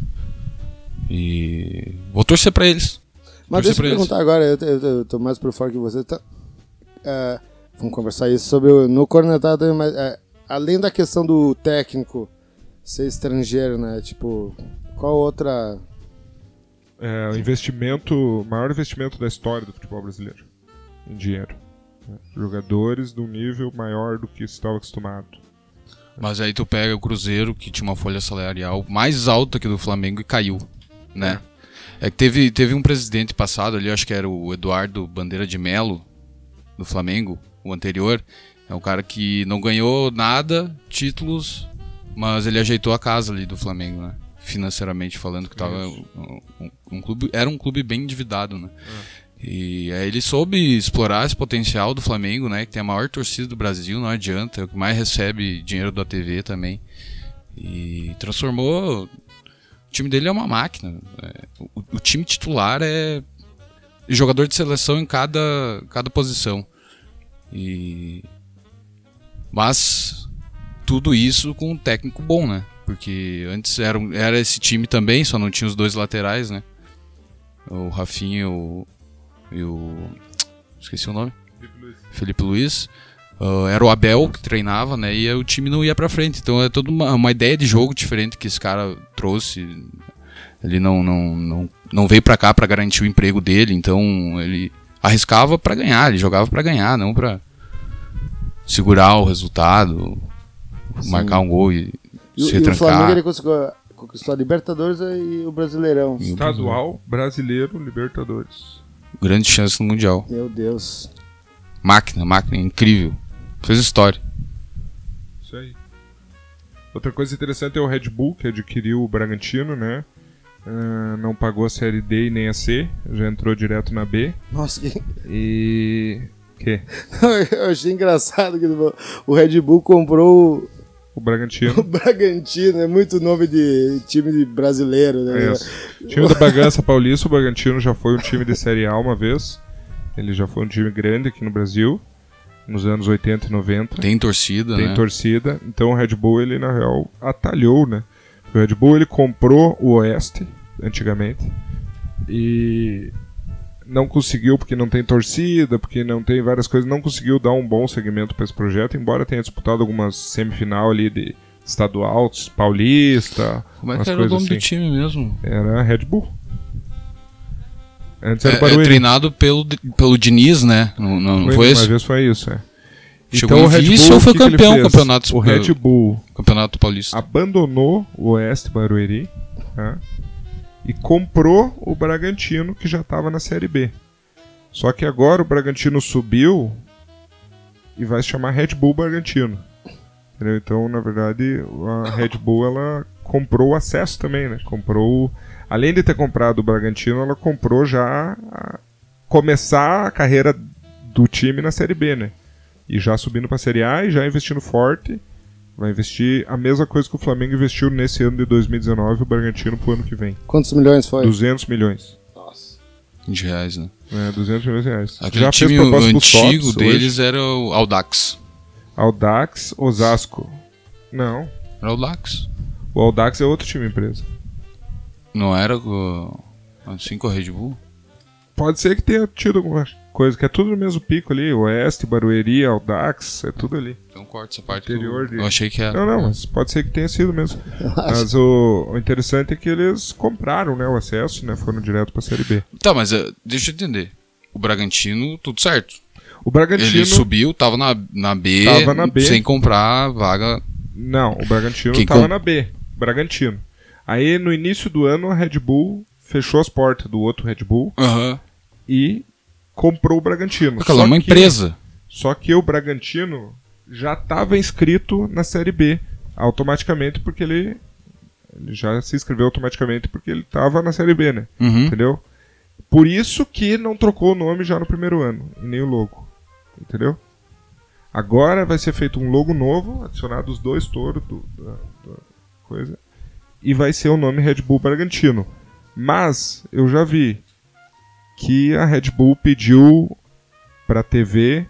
E vou torcer pra eles. Mas Torcer deixa eu pra eles. perguntar agora, eu, eu, eu tô mais por fora que você. Tá, é, vamos conversar isso sobre o, no Cornetado também, mas é, além da questão do técnico ser estrangeiro, né? Tipo, qual outra... É, o investimento, o maior investimento da história do futebol brasileiro em dinheiro. né? Jogadores de um nível maior do que se estava acostumado. Mas aí tu pega o Cruzeiro, que tinha uma folha salarial mais alta que do Flamengo e caiu, né? É que teve, teve um presidente passado ali, acho que era o Eduardo Bandeira de Melo, do Flamengo, o anterior. É um cara que não ganhou nada, títulos, mas ele ajeitou a casa ali do Flamengo, né? Financeiramente falando, que tava um, um, um clube, era um clube bem endividado, né? E aí ele soube explorar esse potencial do Flamengo, né? Que tem a maior torcida do Brasil, não adianta, é o que mais recebe dinheiro da T V também. E transformou. O time dele é uma máquina. É, o, o time titular é jogador de seleção em cada, cada posição. E... Mas tudo isso com um técnico bom, né? Porque antes era, um- era esse time também, só não tinha os dois laterais, né? O Rafinha e o... E o esqueci o nome. Felipe Luiz. Uh, era o Abel que treinava, né? E o time não ia pra frente. Então é toda uma, uma ideia de jogo diferente que esse cara trouxe. Ele não, não, não, não veio pra cá pra garantir o emprego dele, então ele arriscava pra ganhar, ele jogava pra ganhar, não pra segurar o resultado, Sim. marcar um gol e, e se e retrancar. o Flamengo ele conseguiu, conquistou a Libertadores e o Brasileirão. Estadual, Brasileiro, Libertadores. Grande chance no Mundial. Meu Deus. Máquina, máquina, incrível. Fez história. Isso aí. Outra coisa interessante é o Red Bull, que adquiriu o Bragantino, né? Uh, não pagou a Série D e nem a C, já entrou direto na B. Nossa, que... E... que? Eu achei engraçado que o Red Bull comprou o Bragantino. O Bragantino, é muito nome de time de brasileiro, né? É isso. O time da Bragança Paulista, o Bragantino já foi um time de Série A uma vez. Ele já foi um time grande aqui no Brasil, nos anos oitenta e noventa. Tem torcida, Tem né? torcida. Então o Red Bull, ele na real atalhou, né? O Red Bull, ele comprou o Oeste, antigamente, e não conseguiu, porque não tem torcida, porque não tem várias coisas, não conseguiu dar um bom segmento para esse projeto, embora tenha disputado algumas semifinal ali de estadual, paulista. Como é que era o nome assim. do time mesmo? Era Red Bull. Antes era É, Barueri. é treinado pelo, pelo Diniz, né? Não, não, não foi, foi uma isso? vez foi isso, é. Chegou Então em o Red vice Bull, ou foi o que que campeão ele fez? campeonato O Red Bull Campeonato Paulista. abandonou o Oeste Barueri, tá? E comprou o Bragantino, que já estava na Série B. Só que agora o Bragantino subiu e vai se chamar Red Bull Bragantino. Entendeu? Então, na verdade, a Red Bull ela comprou o acesso também, né? Comprou, além de ter comprado o Bragantino, ela comprou já a começar a carreira do time na Série B, né? E já subindo para a Série A e já investindo forte. Vai investir a mesma coisa que o Flamengo investiu nesse ano de dois mil e dezenove, o Bragantino pro ano que vem. Quantos milhões foi? duzentos milhões. Nossa. De reais, né? É, duzentos milhões de reais. Aquele Já time fez proposta pros antigo Sox deles hoje. era o Audax. Audax, Osasco. Não. Era o Audax. O Audax é outro time empresa. Não era o... assim com o Red Bull? Pode ser que tenha tido alguma coisa, que é tudo no mesmo pico ali. Oeste, Barueri, Audax, é tudo ali. Então corta essa parte. Interior do... de- Eu achei que era. Não, não, mas pode ser que tenha sido mesmo. Mas o, o interessante é que eles compraram, né, o acesso, né, foram direto pra Série B. Tá, mas eh, deixa eu entender. O Bragantino, tudo certo. O Bragantino... Ele subiu, tava na, na B, Tava na B. sem comprar vaga. Não, o Bragantino Quem tava com- na B. Bragantino. Aí, no início do ano, a Red Bull fechou as portas do outro Red Bull Aham. e comprou o Bragantino. Porque ela é Só uma que- empresa. Só que o Bragantino já estava inscrito na Série B automaticamente, porque ele, ele já se inscreveu automaticamente porque ele estava na Série B, né? Uhum. Entendeu? Por isso que não trocou o nome já no primeiro ano, e nem o logo. Entendeu? Agora vai ser feito um logo novo, adicionado os dois touros do, da, da coisa, e vai ser o nome Red Bull Bragantino. Mas eu já vi que a Red Bull pediu pra T V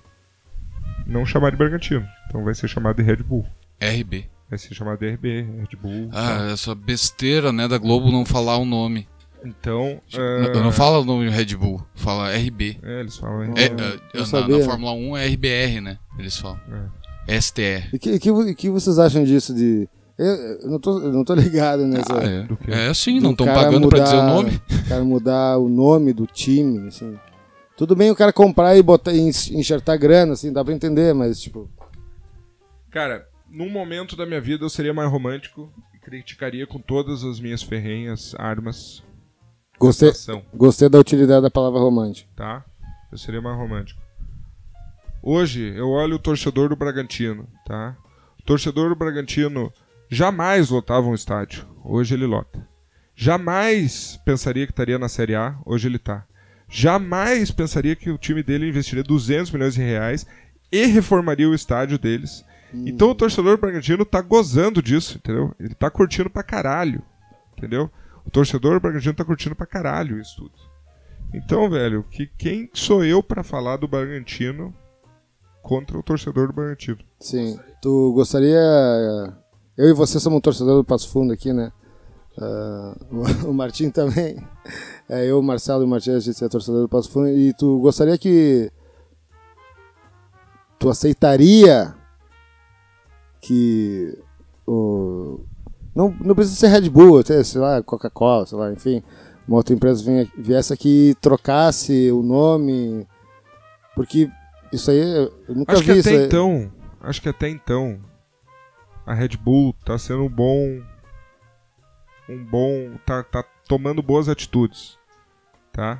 não chamar de Bragantino. Então vai ser chamado de Red Bull. R B. Vai ser chamado de R B, Red Bull. Ah, essa besteira, né, da Globo não falar o nome. Então. Eu não fala o nome Red Bull, fala R B. É, eles falam. É, É, eh, eu na, sabia. na Fórmula um é R B R, né? Eles falam. é. S T R. E que, que, que vocês acham disso de... Eu, eu não, tô, eu não tô ligado nessa... Ah, é. do quê? É assim, do não estão cara pagando pra mudar- dizer o nome. O cara mudar o nome do time, assim. Tudo bem o cara comprar e botar, ens- enxertar grana, assim, dá pra entender, mas, tipo... Cara, num momento da minha vida eu seria mais romântico e criticaria com todas as minhas ferrenhas armas Gostei, ação, gostei da utilidade da palavra romântico. tá? Eu seria mais romântico. Hoje eu olho o torcedor do Bragantino, tá? O torcedor do Bragantino jamais lotava um estádio. Hoje ele lota. Jamais pensaria que estaria na Série A. Hoje ele tá. Jamais pensaria que o time dele investiria duzentos milhões de reais e reformaria o estádio deles. Então o torcedor do Bragantino tá gozando disso, entendeu? Ele tá curtindo pra caralho, entendeu? O torcedor do Bragantino tá curtindo pra caralho isso tudo. Então, velho, que, quem sou eu pra falar do Bragantino contra o torcedor do Bragantino? Sim. Tu gostaria... Eu e você somos um torcedor do Passo Fundo aqui, né? Ah, o o Martim também. É, eu, o Marcelo e o Martim, a gente é torcedor do Passo Fundo. E tu gostaria que... Tu aceitaria que o, Não, não precisa ser Red Bull, até, sei lá, Coca-Cola, sei lá, enfim. Uma outra empresa vinha, viesse aqui e trocasse o nome. Porque isso aí eu nunca acho vi. Que isso até aí. então, acho que até então a Red Bull tá sendo um bom. Um bom. Tá, tá tomando boas atitudes. Tá?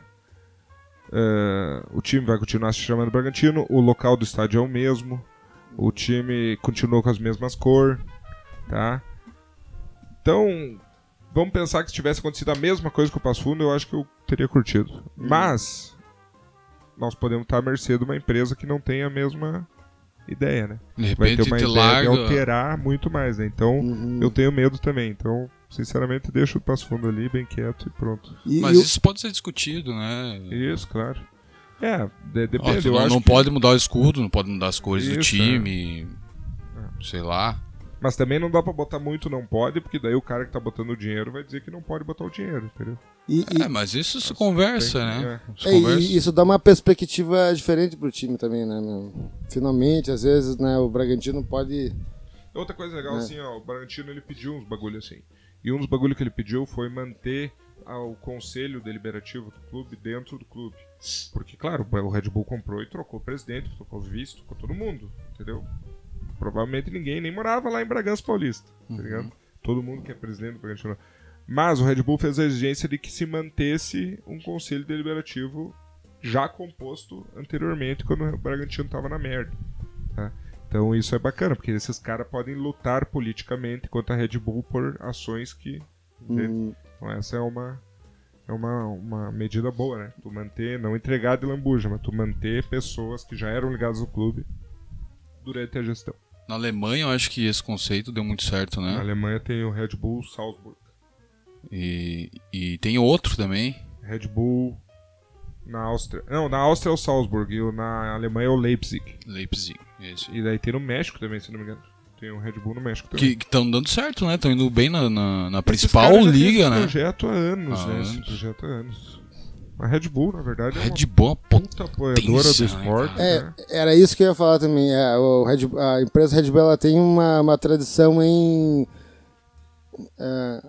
Uh, o time vai continuar se chamando Bragantino. O local do estádio é o mesmo. O time continua com as mesmas cores. Tá? Então, vamos pensar que se tivesse acontecido a mesma coisa com o Passo Fundo, eu acho que eu teria curtido. Mas nós podemos estar à mercê de uma empresa que não tem a mesma ideia, né? De repente vai ter uma te ideia larga... de alterar muito mais, né? Então, Uhum. eu tenho medo também. Então, sinceramente, deixa o Passo Fundo ali, bem quieto e pronto. E, Mas e o- isso pode ser discutido, né? Isso, claro. É, de, Ó, depende, tu eu não, acho não que... pode mudar o escudo, não pode mudar as cores do Isso, time, sei lá. Mas também não dá pra botar muito não pode, porque daí o cara que tá botando o dinheiro vai dizer que não pode botar o dinheiro, entendeu? e- e- É, mas isso se conversa, tem- né? Se É, conversa. e isso dá uma perspectiva diferente pro time também, né, meu? Finalmente, às vezes, né, o Bragantino pode... Outra coisa legal, É. assim, ó, o Bragantino ele pediu uns bagulho assim. E um dos bagulho que ele pediu foi manter ah, o conselho deliberativo do clube dentro do clube. Porque, claro, o Red Bull comprou e trocou o presidente, trocou os vice, trocou todo mundo, entendeu? Provavelmente ninguém nem morava lá em Bragança Paulista, tá ligado? Todo mundo que é presidente do Bragantino. Mas o Red Bull fez a exigência de que se mantesse um conselho deliberativo já composto anteriormente, quando o Bragantino estava na merda. Tá? Então isso é bacana, porque esses caras podem lutar politicamente contra a Red Bull por ações que... entende? Hum, Então essa é uma, é uma, uma medida boa, né? Tu manter, não entregar de lambuja, mas tu manter pessoas que já eram ligadas ao clube durante a gestão. Na Alemanha eu acho que esse conceito deu muito certo, Na né? Alemanha tem o Red Bull Salzburg. E, e tem outro também. Red Bull na Áustria. Não, na Áustria é o Salzburg e o- na Alemanha é o Leipzig. Leipzig. Esse. E daí tem no México também, se não me engano. Tem o Red Bull no México também. Que estão dando certo, né? Estão indo bem na, na, na Esses principal caras já têm liga, esse né? projeto há anos, Há né? anos. Esse projeto há anos. A Red Bull, na verdade, é uma Red Bull é uma puta apoiadora do potência, né, esporte. cara? É, né? era isso que eu ia falar também. É, o Red, a empresa Red Bull ela tem uma, uma tradição em é,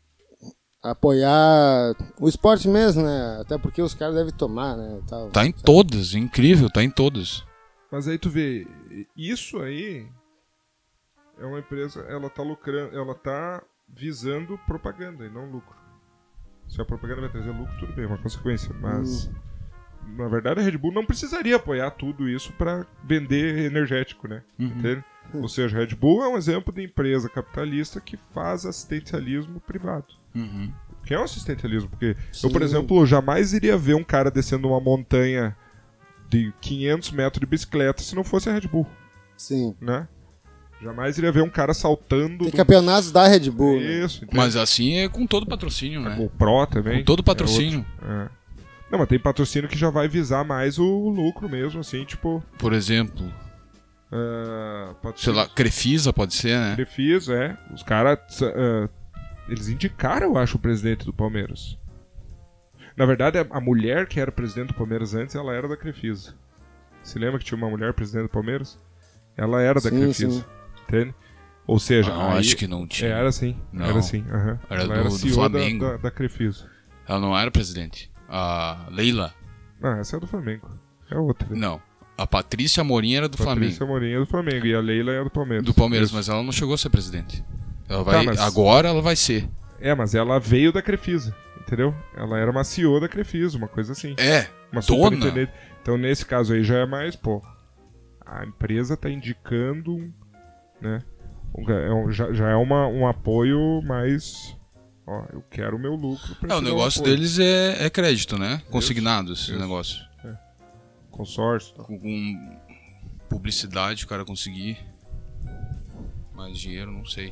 apoiar o esporte mesmo, né? Até porque os caras devem tomar, né? e Tal, Tá em todas, incrível, tá em todas. Mas aí tu vê, isso aí é uma empresa, ela tá lucrando, ela tá visando propaganda e não lucro. Se a propaganda vai trazer lucro, tudo bem, é uma consequência, mas na verdade a Red Bull não precisaria apoiar tudo isso para vender energético, né? Entende? Ou seja, a Red Bull é um exemplo de empresa capitalista que faz assistencialismo privado. Uhum. Que é um assistencialismo, porque Sim. eu, por exemplo, jamais iria ver um cara descendo uma montanha de quinhentos metros de bicicleta se não fosse a Red Bull, Sim. né? Jamais iria ver um cara saltando... Tem do- campeonatos da Red Bull. Né? Isso, entende? Mas assim é com todo patrocínio, A né? GoPro também. Com todo é patrocínio. outro. É. Não, mas tem patrocínio que já vai visar mais o lucro mesmo, assim, tipo... Por exemplo, Uh, sei patrocínio lá, Crefisa pode ser, né? Crefisa, é. Os caras... uh, eles indicaram, eu acho, o presidente do Palmeiras. Na verdade, a, a mulher que era presidente do Palmeiras antes, ela era da Crefisa. Se lembra que tinha uma mulher presidente do Palmeiras? Ela era da Sim, Crefisa. sim. Entende? Ou seja, Não, aí- acho que não tinha. Era assim, Não. era assim. aham. Era Ela do- era do C E O Flamengo. Da, da, da Crefisa. Ela não era presidente. A Leila, Ah, essa é do Flamengo. É outra. né? não. A Patrícia Amorim era do Patrícia Flamengo. Amorim é do Flamengo e a Leila é do Palmeiras. Do Palmeiras, Isso. mas ela não chegou a ser presidente. Ela vai, mas- Agora ela vai ser. É, mas ela veio da Crefisa, entendeu? Ela era uma C E O da Crefisa, uma coisa assim. É, Uma dona. superintendente. Então, nesse caso aí, já é mais, pô, a empresa tá indicando, um, né, um- é um- já, já é uma, um apoio mais, ó, eu quero o meu lucro. pra É, o te dar um negócio apoio. deles é, é crédito, né? Consignado esse isso. negócio. Consórcio. Tá. Com, com publicidade o cara conseguir mais dinheiro, não sei.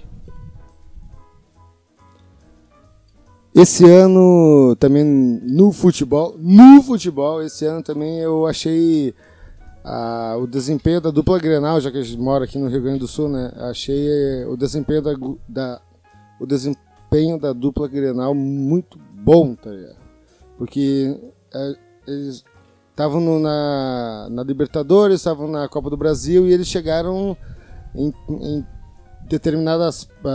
Esse ano também no futebol, no futebol, esse ano também eu achei ah, o desempenho da dupla Grenal, já que a gente mora aqui no Rio Grande do Sul, né? Achei eh, o desempenho da, gu- da o desempenho da dupla Grenal muito bom, tá ligado? Porque eh, eles estavam no- na, na Libertadores, estavam na Copa do Brasil e eles chegaram em, em determinadas ah,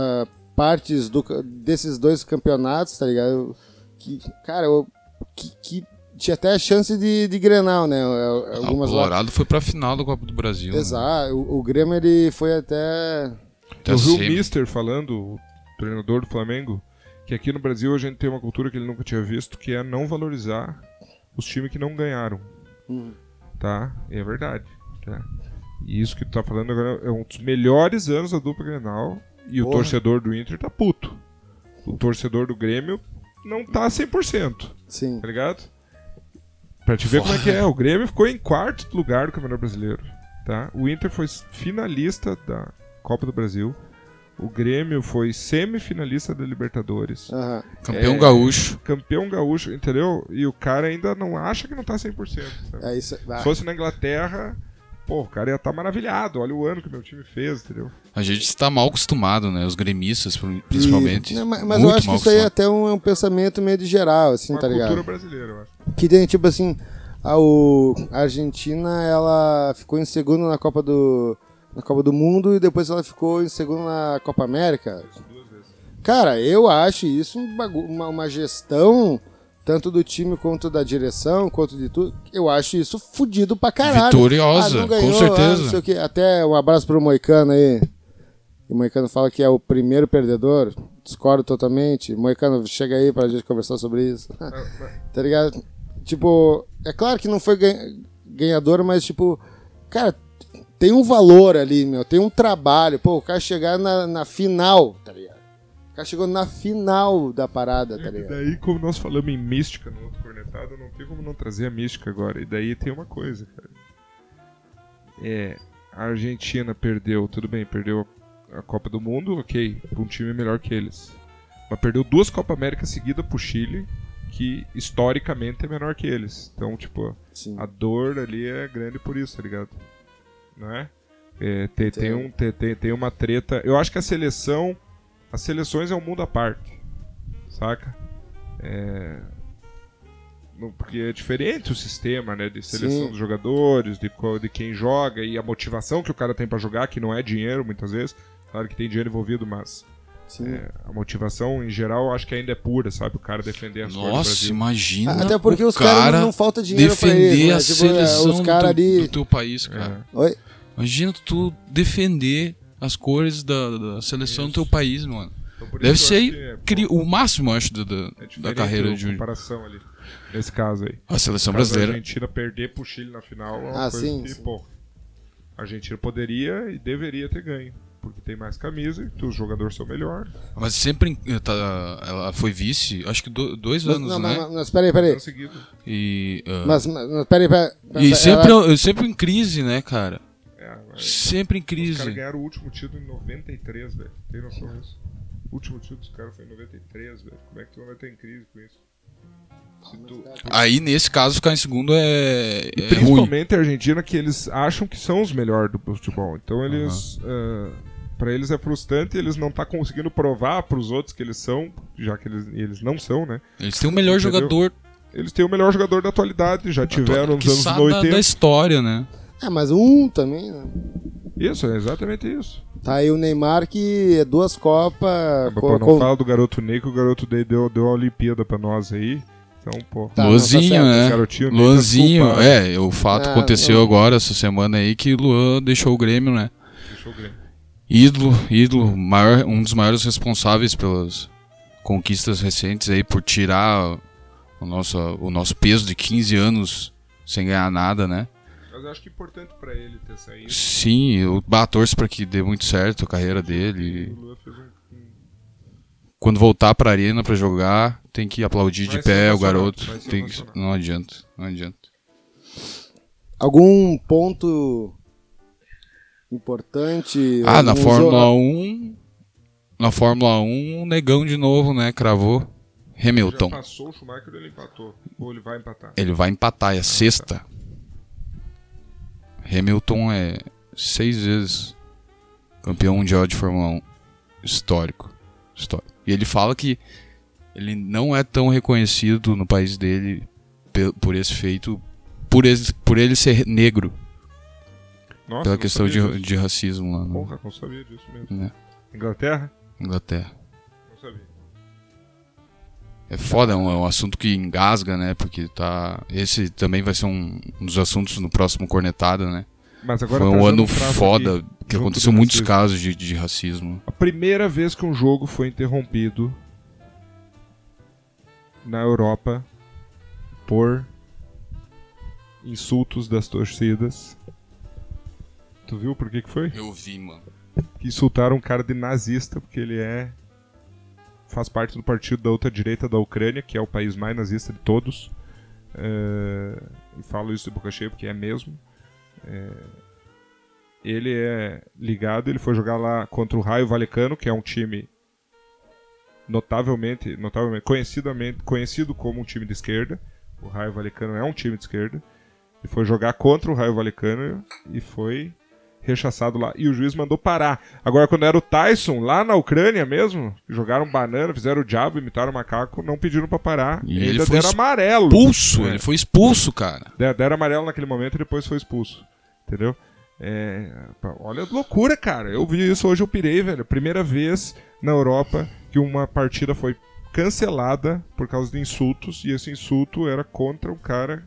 partes do, desses dois campeonatos, tá ligado? Que, cara, eu, que, que tinha até a chance de, de Grenal, né? Algumas o Colorado foi pra final da Copa do Brasil. Exato, né? o, o Grêmio ele foi até... Eu vi o Mister falando, o treinador do Flamengo, que aqui no Brasil a gente tem uma cultura que ele nunca tinha visto, que é não valorizar os times que não ganharam. Hum. Tá? E é verdade. Tá? E isso que tu tá falando agora é um dos melhores anos da dupla Grenal, e Porra. O torcedor do Inter tá puto. O torcedor do Grêmio não tá cem por cento. Sim. Tá ligado? Pra te ver Porra. Como é que é, o Grêmio ficou em quarto lugar do Campeonato Brasileiro. Tá? O Inter foi finalista da Copa do Brasil. O Grêmio foi semifinalista da Libertadores. Uhum. Campeão é, gaúcho. Campeão gaúcho, entendeu? E o cara ainda não acha que não tá cem por cento. Sabe? É isso. Ah. Se fosse na Inglaterra, pô, o cara ia estar tá maravilhado. Olha o ano que meu time fez, entendeu? A gente está mal acostumado, né? Os gremistas, principalmente. E, não, mas mas eu acho que isso aí é até um, um pensamento meio de geral, assim, Uma tá ligado? cultura brasileira, eu acho. Que tem, tipo assim, a, o, a Argentina, ela ficou em segundo na Copa do... na Copa do Mundo e depois ela ficou em segundo na Copa América. Duas vezes. Cara, eu acho isso um bagu- uma, uma gestão, tanto do time quanto da direção, quanto de tudo. Eu acho isso fudido pra caralho. Vitoriosa, ah, não ganhou, com certeza. Ah, não sei o quê. Até um abraço pro Moicano aí. O Moicano fala que é o primeiro perdedor. Discordo totalmente. Moicano, chega aí pra gente conversar sobre isso. Tá ligado? Tipo, é claro que não foi ganhador, mas tipo, cara, tem um valor ali, meu, tem um trabalho. Pô, o cara chegar na, na final, tá ligado? O cara chegou na final da parada, tá ligado? E daí, como nós falamos em mística no outro cornetado, não tem como não trazer a mística agora. E daí tem uma coisa, cara. É, a Argentina perdeu, tudo bem, perdeu a Copa do Mundo, ok, pra um time melhor que eles. Mas perdeu duas Copa América seguidas pro Chile, que historicamente é menor que eles. Então, tipo, Sim. a dor ali é grande por isso, tá ligado? Não é? É, tem, tem, um, tem, tem, tem uma treta. Eu acho que a seleção, as seleções é um mundo à parte, saca? É, não, porque é diferente o sistema, né, de seleção Sim. dos jogadores, de, de quem joga e a motivação que o cara tem pra jogar, que não é dinheiro muitas vezes. Claro que tem dinheiro envolvido, mas é, a motivação em geral eu acho que ainda é pura, sabe? O cara defender as coisas do Brasil. Nossa, imagina. Até porque o os caras cara não, não falta dinheiro pra defender eles, né? a Tipo, seleção os cara do, ali... do teu país, cara. É. Oi? Imagina tu defender as cores da, da seleção Isso. do teu país, mano. Então, por Deve isso ser é, cri- o máximo, acho, da, da, é da carreira de comparação ali, nesse caso aí. a seleção No caso brasileira. da Argentina perder pro Chile na final é uma Ah, coisa sim, que, sim. pô, a Argentina poderia e deveria ter ganho. Porque tem mais camisa e os jogadores são melhores. Mas sempre tá, ela foi vice, acho que do, dois Mas, anos, não, né? mas, mas peraí, peraí. Ano seguido. E, uh, Mas, mas peraí, peraí. peraí, e peraí, sempre, ela- sempre em crise, né, cara? É, mas Sempre em os caras crise. ganharam o último título em noventa e três, velho. Tem noção disso? O último título dos caras foi em noventa e três, velho. Como é que tu não vai ter em crise com isso? Se tu... Aí, nesse caso, ficar em segundo é, E é ruim. principalmente a Argentina, que eles acham que são os melhores do futebol. Então eles... Uh, pra eles é frustrante, eles não tá conseguindo provar pros outros que eles são, já que eles, eles não são, né? Eles têm o melhor Entendeu? jogador Eles têm o melhor jogador da atualidade, já tiveram nos anos quiçá da, oitenta. da história, né? É, mas um também, né? Isso, é exatamente isso. Tá aí o Neymar que é duas Copas. Pô, não fala do garoto Ney, que o garoto Ney deu, deu a Olimpíada pra nós aí. Então, pô. Tá, Luanzinho, não, tá né? Garotinho Ney tá Luanzinho, desculpado. é, o fato Ah, aconteceu não. agora, essa semana aí, que o Luan deixou o Grêmio, né? Deixou o Grêmio. Ídolo, ídolo, maior, um dos maiores responsáveis pelas conquistas recentes aí, por tirar o nosso, o nosso peso de quinze anos sem ganhar nada, né? Mas eu acho que é importante pra ele ter saído. Sim, eu bah, torço pra que dê muito certo a carreira O dele. Luan fez um... um... Quando voltar pra arena pra jogar, tem que aplaudir Vai de ser pé o emocionante, garoto. vai ser Tem que... emocionante. Não adianta, não adianta. Algum ponto importante? Ah, na Algum Fórmula jogo- um. Na Fórmula um, o negão de novo, né? Cravou. Hamilton. Já passou o Schumacher ou ele empatou? Ou ele vai empatar? Ele vai empatar, é a sexta. Hamilton é seis vezes campeão mundial de Fórmula um. Histórico. Histórico. E ele fala que ele não é tão reconhecido no país dele pe- por esse feito, por, esse, por ele ser negro, Nossa, pela não questão sabia de, disso. de racismo lá na Porra, não sabia disso mesmo. né, Inglaterra? Inglaterra. sabia. É foda, é um, é um assunto que engasga, né? Porque tá. Esse também vai ser um, um dos assuntos no próximo Cornetada, né? Mas agora Foi um trazendo ano traço foda, aqui, que junto aconteceu do muitos racismo. casos de, de racismo. A primeira vez que um jogo foi interrompido na Europa por insultos das torcidas. Tu viu por que que foi? Eu vi, mano. Que insultaram um cara de nazista porque ele é faz parte do partido da ultradireita da Ucrânia, que é o país mais nazista de todos. É, e falo isso de boca cheia porque é mesmo. É, ele é ligado, ele foi jogar lá contra o Raio Vallecano, que é um time notavelmente, notavelmente conhecidamente, conhecido como um time de esquerda. O Raio Vallecano é um time de esquerda. Ele foi jogar contra o Raio Vallecano e foi rechaçado lá. E o juiz mandou parar. Agora, quando era o Tyson, lá na Ucrânia mesmo, jogaram banana, fizeram o diabo, imitaram o macaco, não pediram pra parar. E E ele ainda foi deram amarelo. Expulso, É. ele foi expulso, cara. Der- Deram amarelo naquele momento e depois foi expulso. Entendeu? É, pá, olha a loucura, cara. Eu vi isso hoje, eu pirei, velho. Primeira vez na Europa que uma partida foi cancelada por causa de insultos, e esse insulto era contra um cara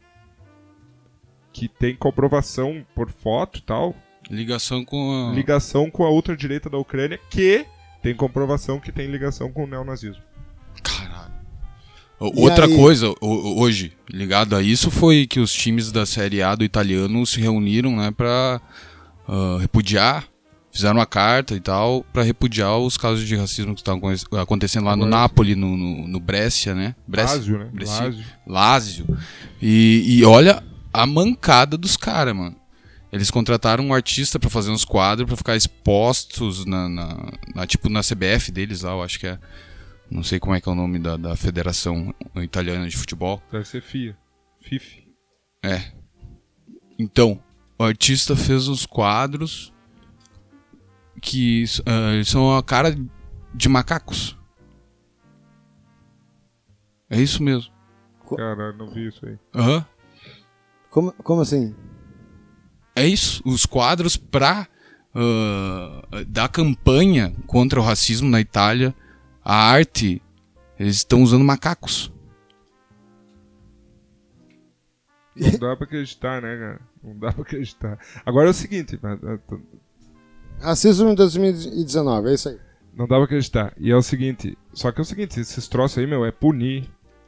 que tem comprovação por foto e tal, Ligação com a... ligação com a ultradireita da Ucrânia, que tem comprovação que tem ligação com o neonazismo. Caralho. E Outra aí? coisa, ho- ho- hoje, ligado a isso, foi que os times da Série A do italiano se reuniram, né, pra ah, repudiar, fizeram uma carta e tal, pra repudiar os casos de racismo que estavam aconte- acontecendo lá no Agora- Napoli, no, no, no Brescia, né? Brescia, Lázio, né? Brescia. Lázio. Lázio. E, e olha a mancada dos caras, mano. Eles contrataram um artista pra fazer uns quadros, pra ficar expostos na, na, na- tipo na C B F deles lá, eu acho que é. Não sei como é que é o nome da, da Federação Italiana de Futebol. Deve ser F I A. F I F. É. Então, o artista fez uns quadros que ah, eles são a cara de macacos. É isso mesmo. Caralho, não vi isso aí. Aham. Como, como assim? É isso. Os quadros pra ah, da campanha contra o racismo na Itália, a arte, eles estão usando macacos. Não dá pra acreditar, né, cara? Não dá pra acreditar. Agora é o seguinte, mas, ah, t- Racismo em dois mil e dezenove, é isso aí. não dá pra acreditar. E é o seguinte, só que é o seguinte, esses troços aí, meu, é punir,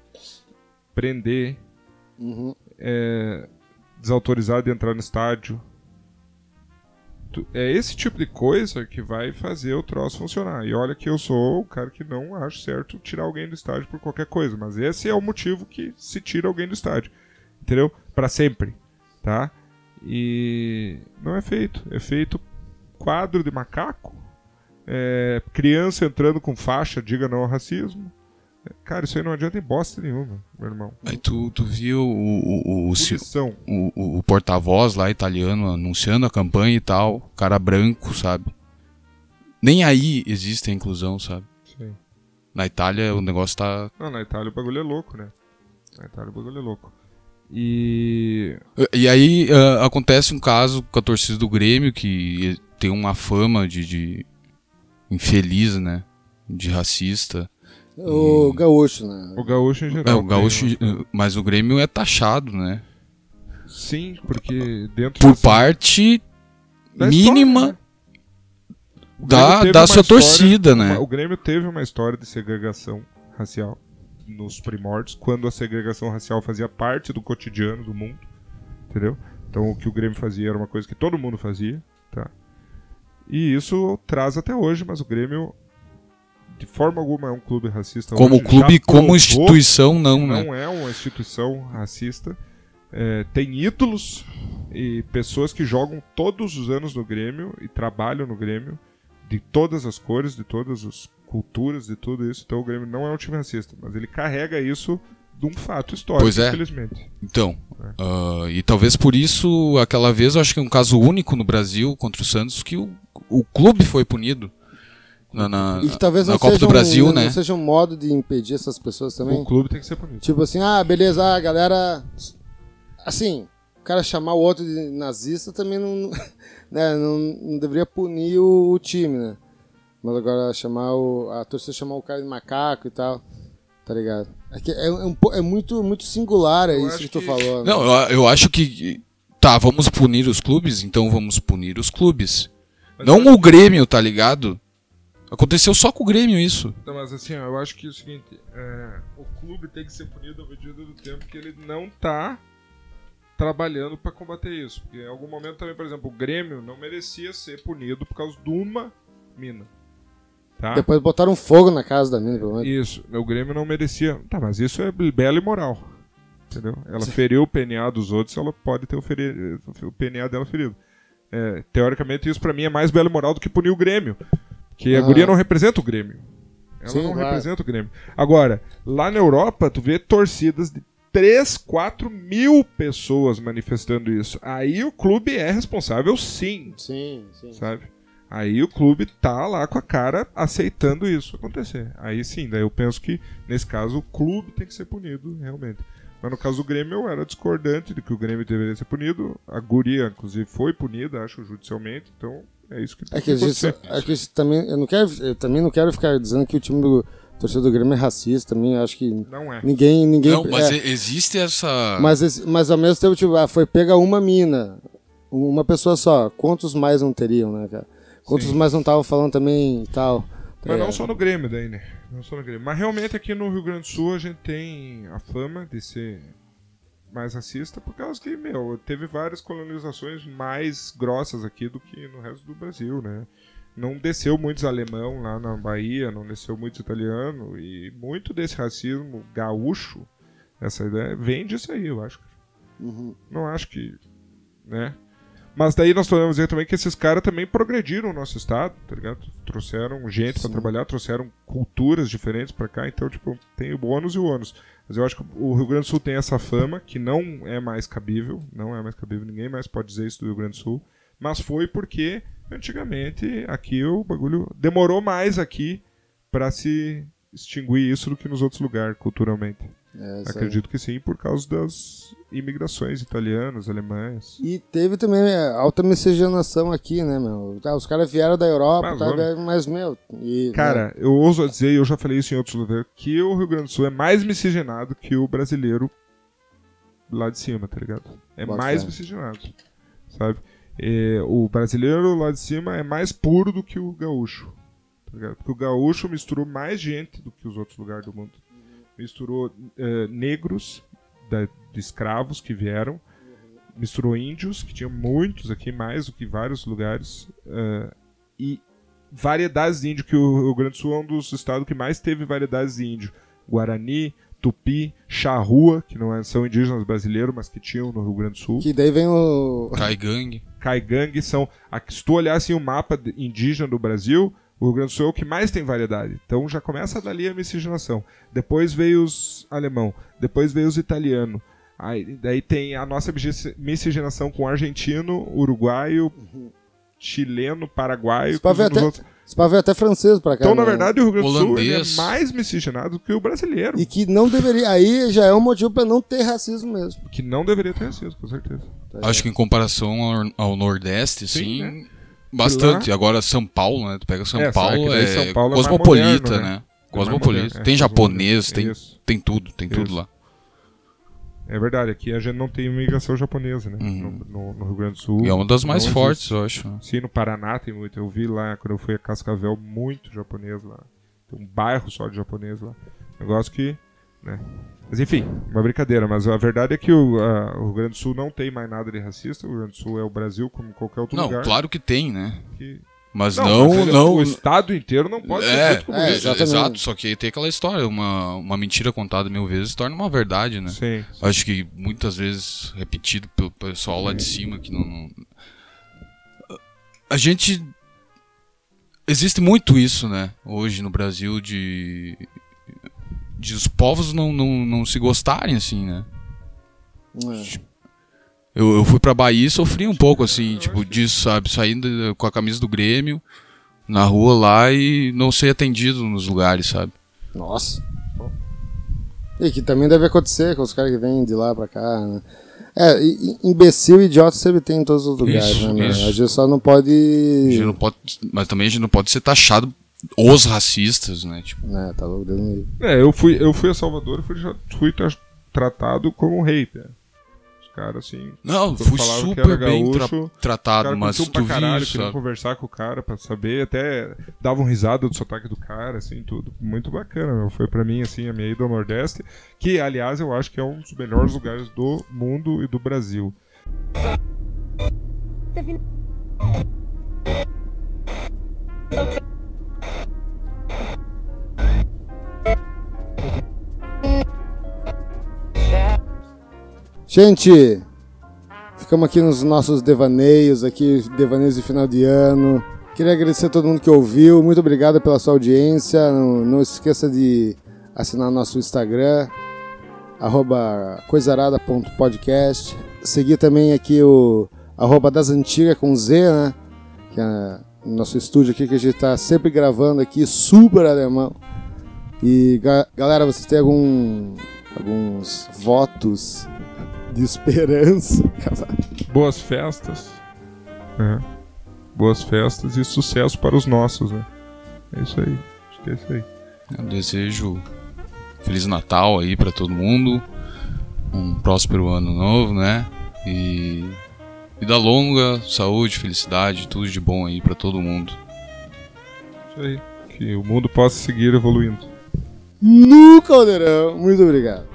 prender, Uhum. é, desautorizado de entrar no estádio. Tu- É esse tipo de coisa que vai fazer o troço funcionar. E olha que eu sou o cara que não acho certo tirar alguém do estádio por qualquer coisa, mas esse é o motivo que se tira alguém do estádio. Entendeu? Pra sempre, tá? E não é feito. É feito quadro de macaco, é, criança entrando com faixa, diga não ao racismo. Cara, isso aí não adianta em bosta nenhuma, meu irmão. Aí tu, tu viu o, o, o, o, Punição. o, o- o porta-voz lá italiano anunciando a campanha e tal, cara branco, sabe? Nem aí existe a inclusão, sabe? Sim. Na Itália o negócio tá... Não, na Itália o bagulho é louco, né? Na Itália o bagulho é louco. E... E aí ah, acontece um caso com a torcida do Grêmio que tem uma fama de, de infeliz, né? De racista. O gaúcho, né? O gaúcho em geral. É, o gaúcho, tem uma- mas o Grêmio é taxado, né? Sim, porque dentro Por dessa- parte da mínima história, né? O Grêmio da, teve da uma sua história- torcida, né? O Grêmio teve uma história de segregação racial nos primórdios, quando a segregação racial fazia parte do cotidiano do mundo, entendeu? Então o que o Grêmio fazia era uma coisa que todo mundo fazia, tá? E isso traz até hoje, mas o Grêmio de forma alguma é um clube racista. Como hoje, clube, já como provou instituição, não, que né? não é uma instituição racista. É, tem ídolos e pessoas que jogam todos os anos no Grêmio e trabalham no Grêmio, de todas as cores, de todas as culturas, de tudo isso. Então o Grêmio não é um time racista, mas ele carrega isso de um fato histórico, Pois é. infelizmente. Então, ah, e talvez por isso, aquela vez, eu acho que é um caso único no Brasil contra o Santos, que o, o clube foi punido na, na, E que talvez na não Copa seja do um- Brasil, não né? seja um modo de impedir essas pessoas também. O clube tem que ser punido. Tipo assim, ah, beleza, ah, a galera. Assim, o cara chamar o outro de nazista também não, né, não, não deveria punir o, o time, né? Mas agora chamar o... A torcida chamar o cara de macaco e tal, tá ligado? É, que é, é, um, é muito, muito singular, é Eu isso acho que tu que- falou. Né? Não, eu, eu acho que. Tá, vamos punir os clubes? Então vamos punir os clubes. Mas Não eu acho o Grêmio, tá ligado? Aconteceu só com o Grêmio isso. Não, mas assim, ó, eu acho que é o seguinte, é, o clube tem que ser punido à medida do tempo que ele não tá trabalhando pra combater isso. Porque em algum momento também, por exemplo, o Grêmio não merecia ser punido por causa de uma mina. Tá? Depois botaram fogo na casa da mina, pelo menos. Isso, o Grêmio não merecia. Tá, mas isso é belo e moral. Entendeu? Ela feriu o P N A dos outros, ela pode ter o, feri... o P N A dela ferido. É, teoricamente, isso pra mim é mais belo e moral do que punir o Grêmio. Que a Ah. guria não representa o Grêmio. Ela Sim, não claro. representa o Grêmio. Agora, lá na Europa, tu vê torcidas de três, quatro mil pessoas manifestando isso. Aí o clube é responsável, sim, Sim, sim. sabe? Aí o clube tá lá com a cara aceitando isso acontecer. Aí sim, daí eu penso que, nesse caso, o clube tem que ser punido, realmente. Mas no caso do Grêmio, eu era discordante de que o Grêmio deveria ser punido. A guria, inclusive, foi punida, acho, judicialmente. Então, é isso que tem É que a que gente, acontecer. é que isso também, eu não quero, eu também não quero ficar dizendo que o time do torcedor do Grêmio é racista, também acho que Não é. ninguém, ninguém, Não, mas é, e- existe essa. mas, esse- mas ao mesmo tempo, tipo, ah, foi pega uma mina, uma pessoa só, quantos mais não teriam, né, cara? Quantos Sim. mais não estavam falando também e tal. tá Mas não ligado? só no Grêmio daí, né? Não só no Grêmio. Mas realmente aqui no Rio Grande do Sul a gente tem a fama de ser mais racista por causa que, meu, teve várias colonizações mais grossas aqui do que no resto do Brasil, né? Não desceu muitos alemão lá na Bahia, não desceu muitos italiano e muito desse racismo gaúcho, essa ideia, vem disso aí, eu acho. Uhum. Não acho que, né? Mas daí nós podemos dizer também que esses caras também progrediram o nosso estado, tá ligado? Trouxeram gente pra Sim. trabalhar, trouxeram culturas diferentes pra cá, então, tipo, tem o bônus e o ônus. Mas eu acho que o Rio Grande do Sul tem essa fama, que não é mais cabível, não é mais cabível, ninguém mais pode dizer isso do Rio Grande do Sul, mas foi porque, antigamente, aqui o bagulho demorou mais aqui pra se extinguir isso do que nos outros lugares, culturalmente. É, isso aí. Acredito que sim, por causa das imigrações italianas, alemãs. E teve também é, alta miscigenação aqui, né, meu? Tá, os caras vieram da Europa, Mas, tá, olha- mas, meu... E, Cara, eu ouso dizer, e eu já falei isso em outros lugares, que o Rio Grande do Sul é mais miscigenado que o brasileiro lá de cima, tá ligado? É Bota mais fé. miscigenado, sabe? É, o brasileiro lá de cima é mais puro do que o gaúcho, tá ligado? Porque o gaúcho misturou mais gente do que os outros lugares do mundo. Misturou eh, negros da- de escravos que vieram, misturou índios, que tinha muitos aqui, mais do que vários lugares, eh, e variedades de índio, que o Rio Grande do Sul é um dos estados que mais teve variedades de índio. Guarani, Tupi, Charrua, que não é- são indígenas brasileiros, mas que tinham no Rio Grande do Sul. Que daí vem o... Caigangue. Caigangue são... aqui, se tu olhar assim, o mapa de- indígena do Brasil, o Rio Grande do Sul é o que mais tem variedade. Então já começa dali a miscigenação. Depois veio os alemão, depois veio os italiano. Aí, daí tem a nossa misci- miscigenação com argentino, uruguaio, chileno, paraguaio. Você pode ver com os até- outros. Você pode ver até francês pra cá. Então, na né? verdade, o Rio Grande do Sul ele é Holandês. mais miscigenado do que o brasileiro. E que não deveria... Aí já é um motivo pra não ter racismo mesmo. Que não deveria ter racismo, com certeza. Acho que em comparação ao, ao Nordeste, Sim, sim, né? bastante. Agora São Paulo, né? Tu pega São É, só Paulo, que daí é São Paulo é mais cosmopolita, moderno, né? né? É mais Cosmopolita. moderno, é, Tem japonês, cosmopolita. tem, Isso. tem tudo, tem tudo Isso. lá. É verdade, aqui a gente não tem imigração japonesa, né? Uhum. No, no- no Rio Grande do Sul. E é uma das mais não fortes, existe. eu acho. Sim, no Paraná tem muito. Eu vi lá, quando eu fui a Cascavel, muito japonês lá. Tem um bairro só de japonês lá. Negócio que, né? Mas enfim, uma brincadeira. Mas a verdade é que o, a- o Rio Grande do Sul não tem mais nada de racista. O Rio Grande do Sul é o Brasil, como qualquer outro Não, lugar. claro que tem, né? que... Mas não, mas ele- não. O estado inteiro não pode ser É, feito como é, isso. exatamente. exato, só que tem aquela história, uma, uma mentira contada mil vezes se torna uma verdade, né? Sim. Acho que muitas vezes repetido pelo pessoal lá de cima que não, não- A gente. Existe muito isso, né? Hoje no Brasil de. De os povos não, não, não se gostarem, assim, né? É. Eu, eu fui pra Bahia e sofri um pouco, assim, tipo, disso, sabe? Saindo com a camisa do Grêmio na rua lá e não ser atendido nos lugares, sabe? Nossa. E que também deve acontecer com os caras que vêm de lá pra cá, né? É, i- imbecil e idiota sempre tem em todos os lugares, Isso, né? meu? isso. A gente só não A pode... gente não pode, mas também a gente não pode ser taxado os racistas, né? Tipo, Né, tá louco, Deus me livre. É, eu fui, eu fui a Salvador e fui, já fui tra- tratado como um rei, né? Os caras, assim... não, quando fui falavam que super era bem tra- gaúcho, Os tratado, caras mas curtiam tu pra caralho, viu, queriam sabe? conversar com o cara pra saber, até davam risada do sotaque do cara, assim, tudo. Muito bacana, meu. Foi pra mim, assim, a minha ida ao Nordeste, que, aliás, eu acho que é um dos melhores lugares do mundo e do Brasil. Gente, ficamos aqui nos nossos devaneios, aqui, devaneios de final de ano. Queria agradecer a todo mundo que ouviu. Muito obrigado pela sua audiência. Não, não esqueça de assinar nosso Instagram, arroba coisarada ponto podcast. Seguir também aqui o arroba das antigas com Z, né? Que é o nosso estúdio aqui que a gente tá sempre gravando aqui, super alemão. E ga- galera, vocês têm algum, alguns votos de esperança? Boas festas. né? Boas festas e sucesso para os nossos, né? É isso aí. Acho que é isso aí. Eu desejo Feliz Natal aí pra todo mundo, um próspero ano novo, né? E vida longa, saúde, felicidade, tudo de bom aí pra todo mundo. Isso aí. Que o mundo possa seguir evoluindo. No Caldeirão. Muito obrigado.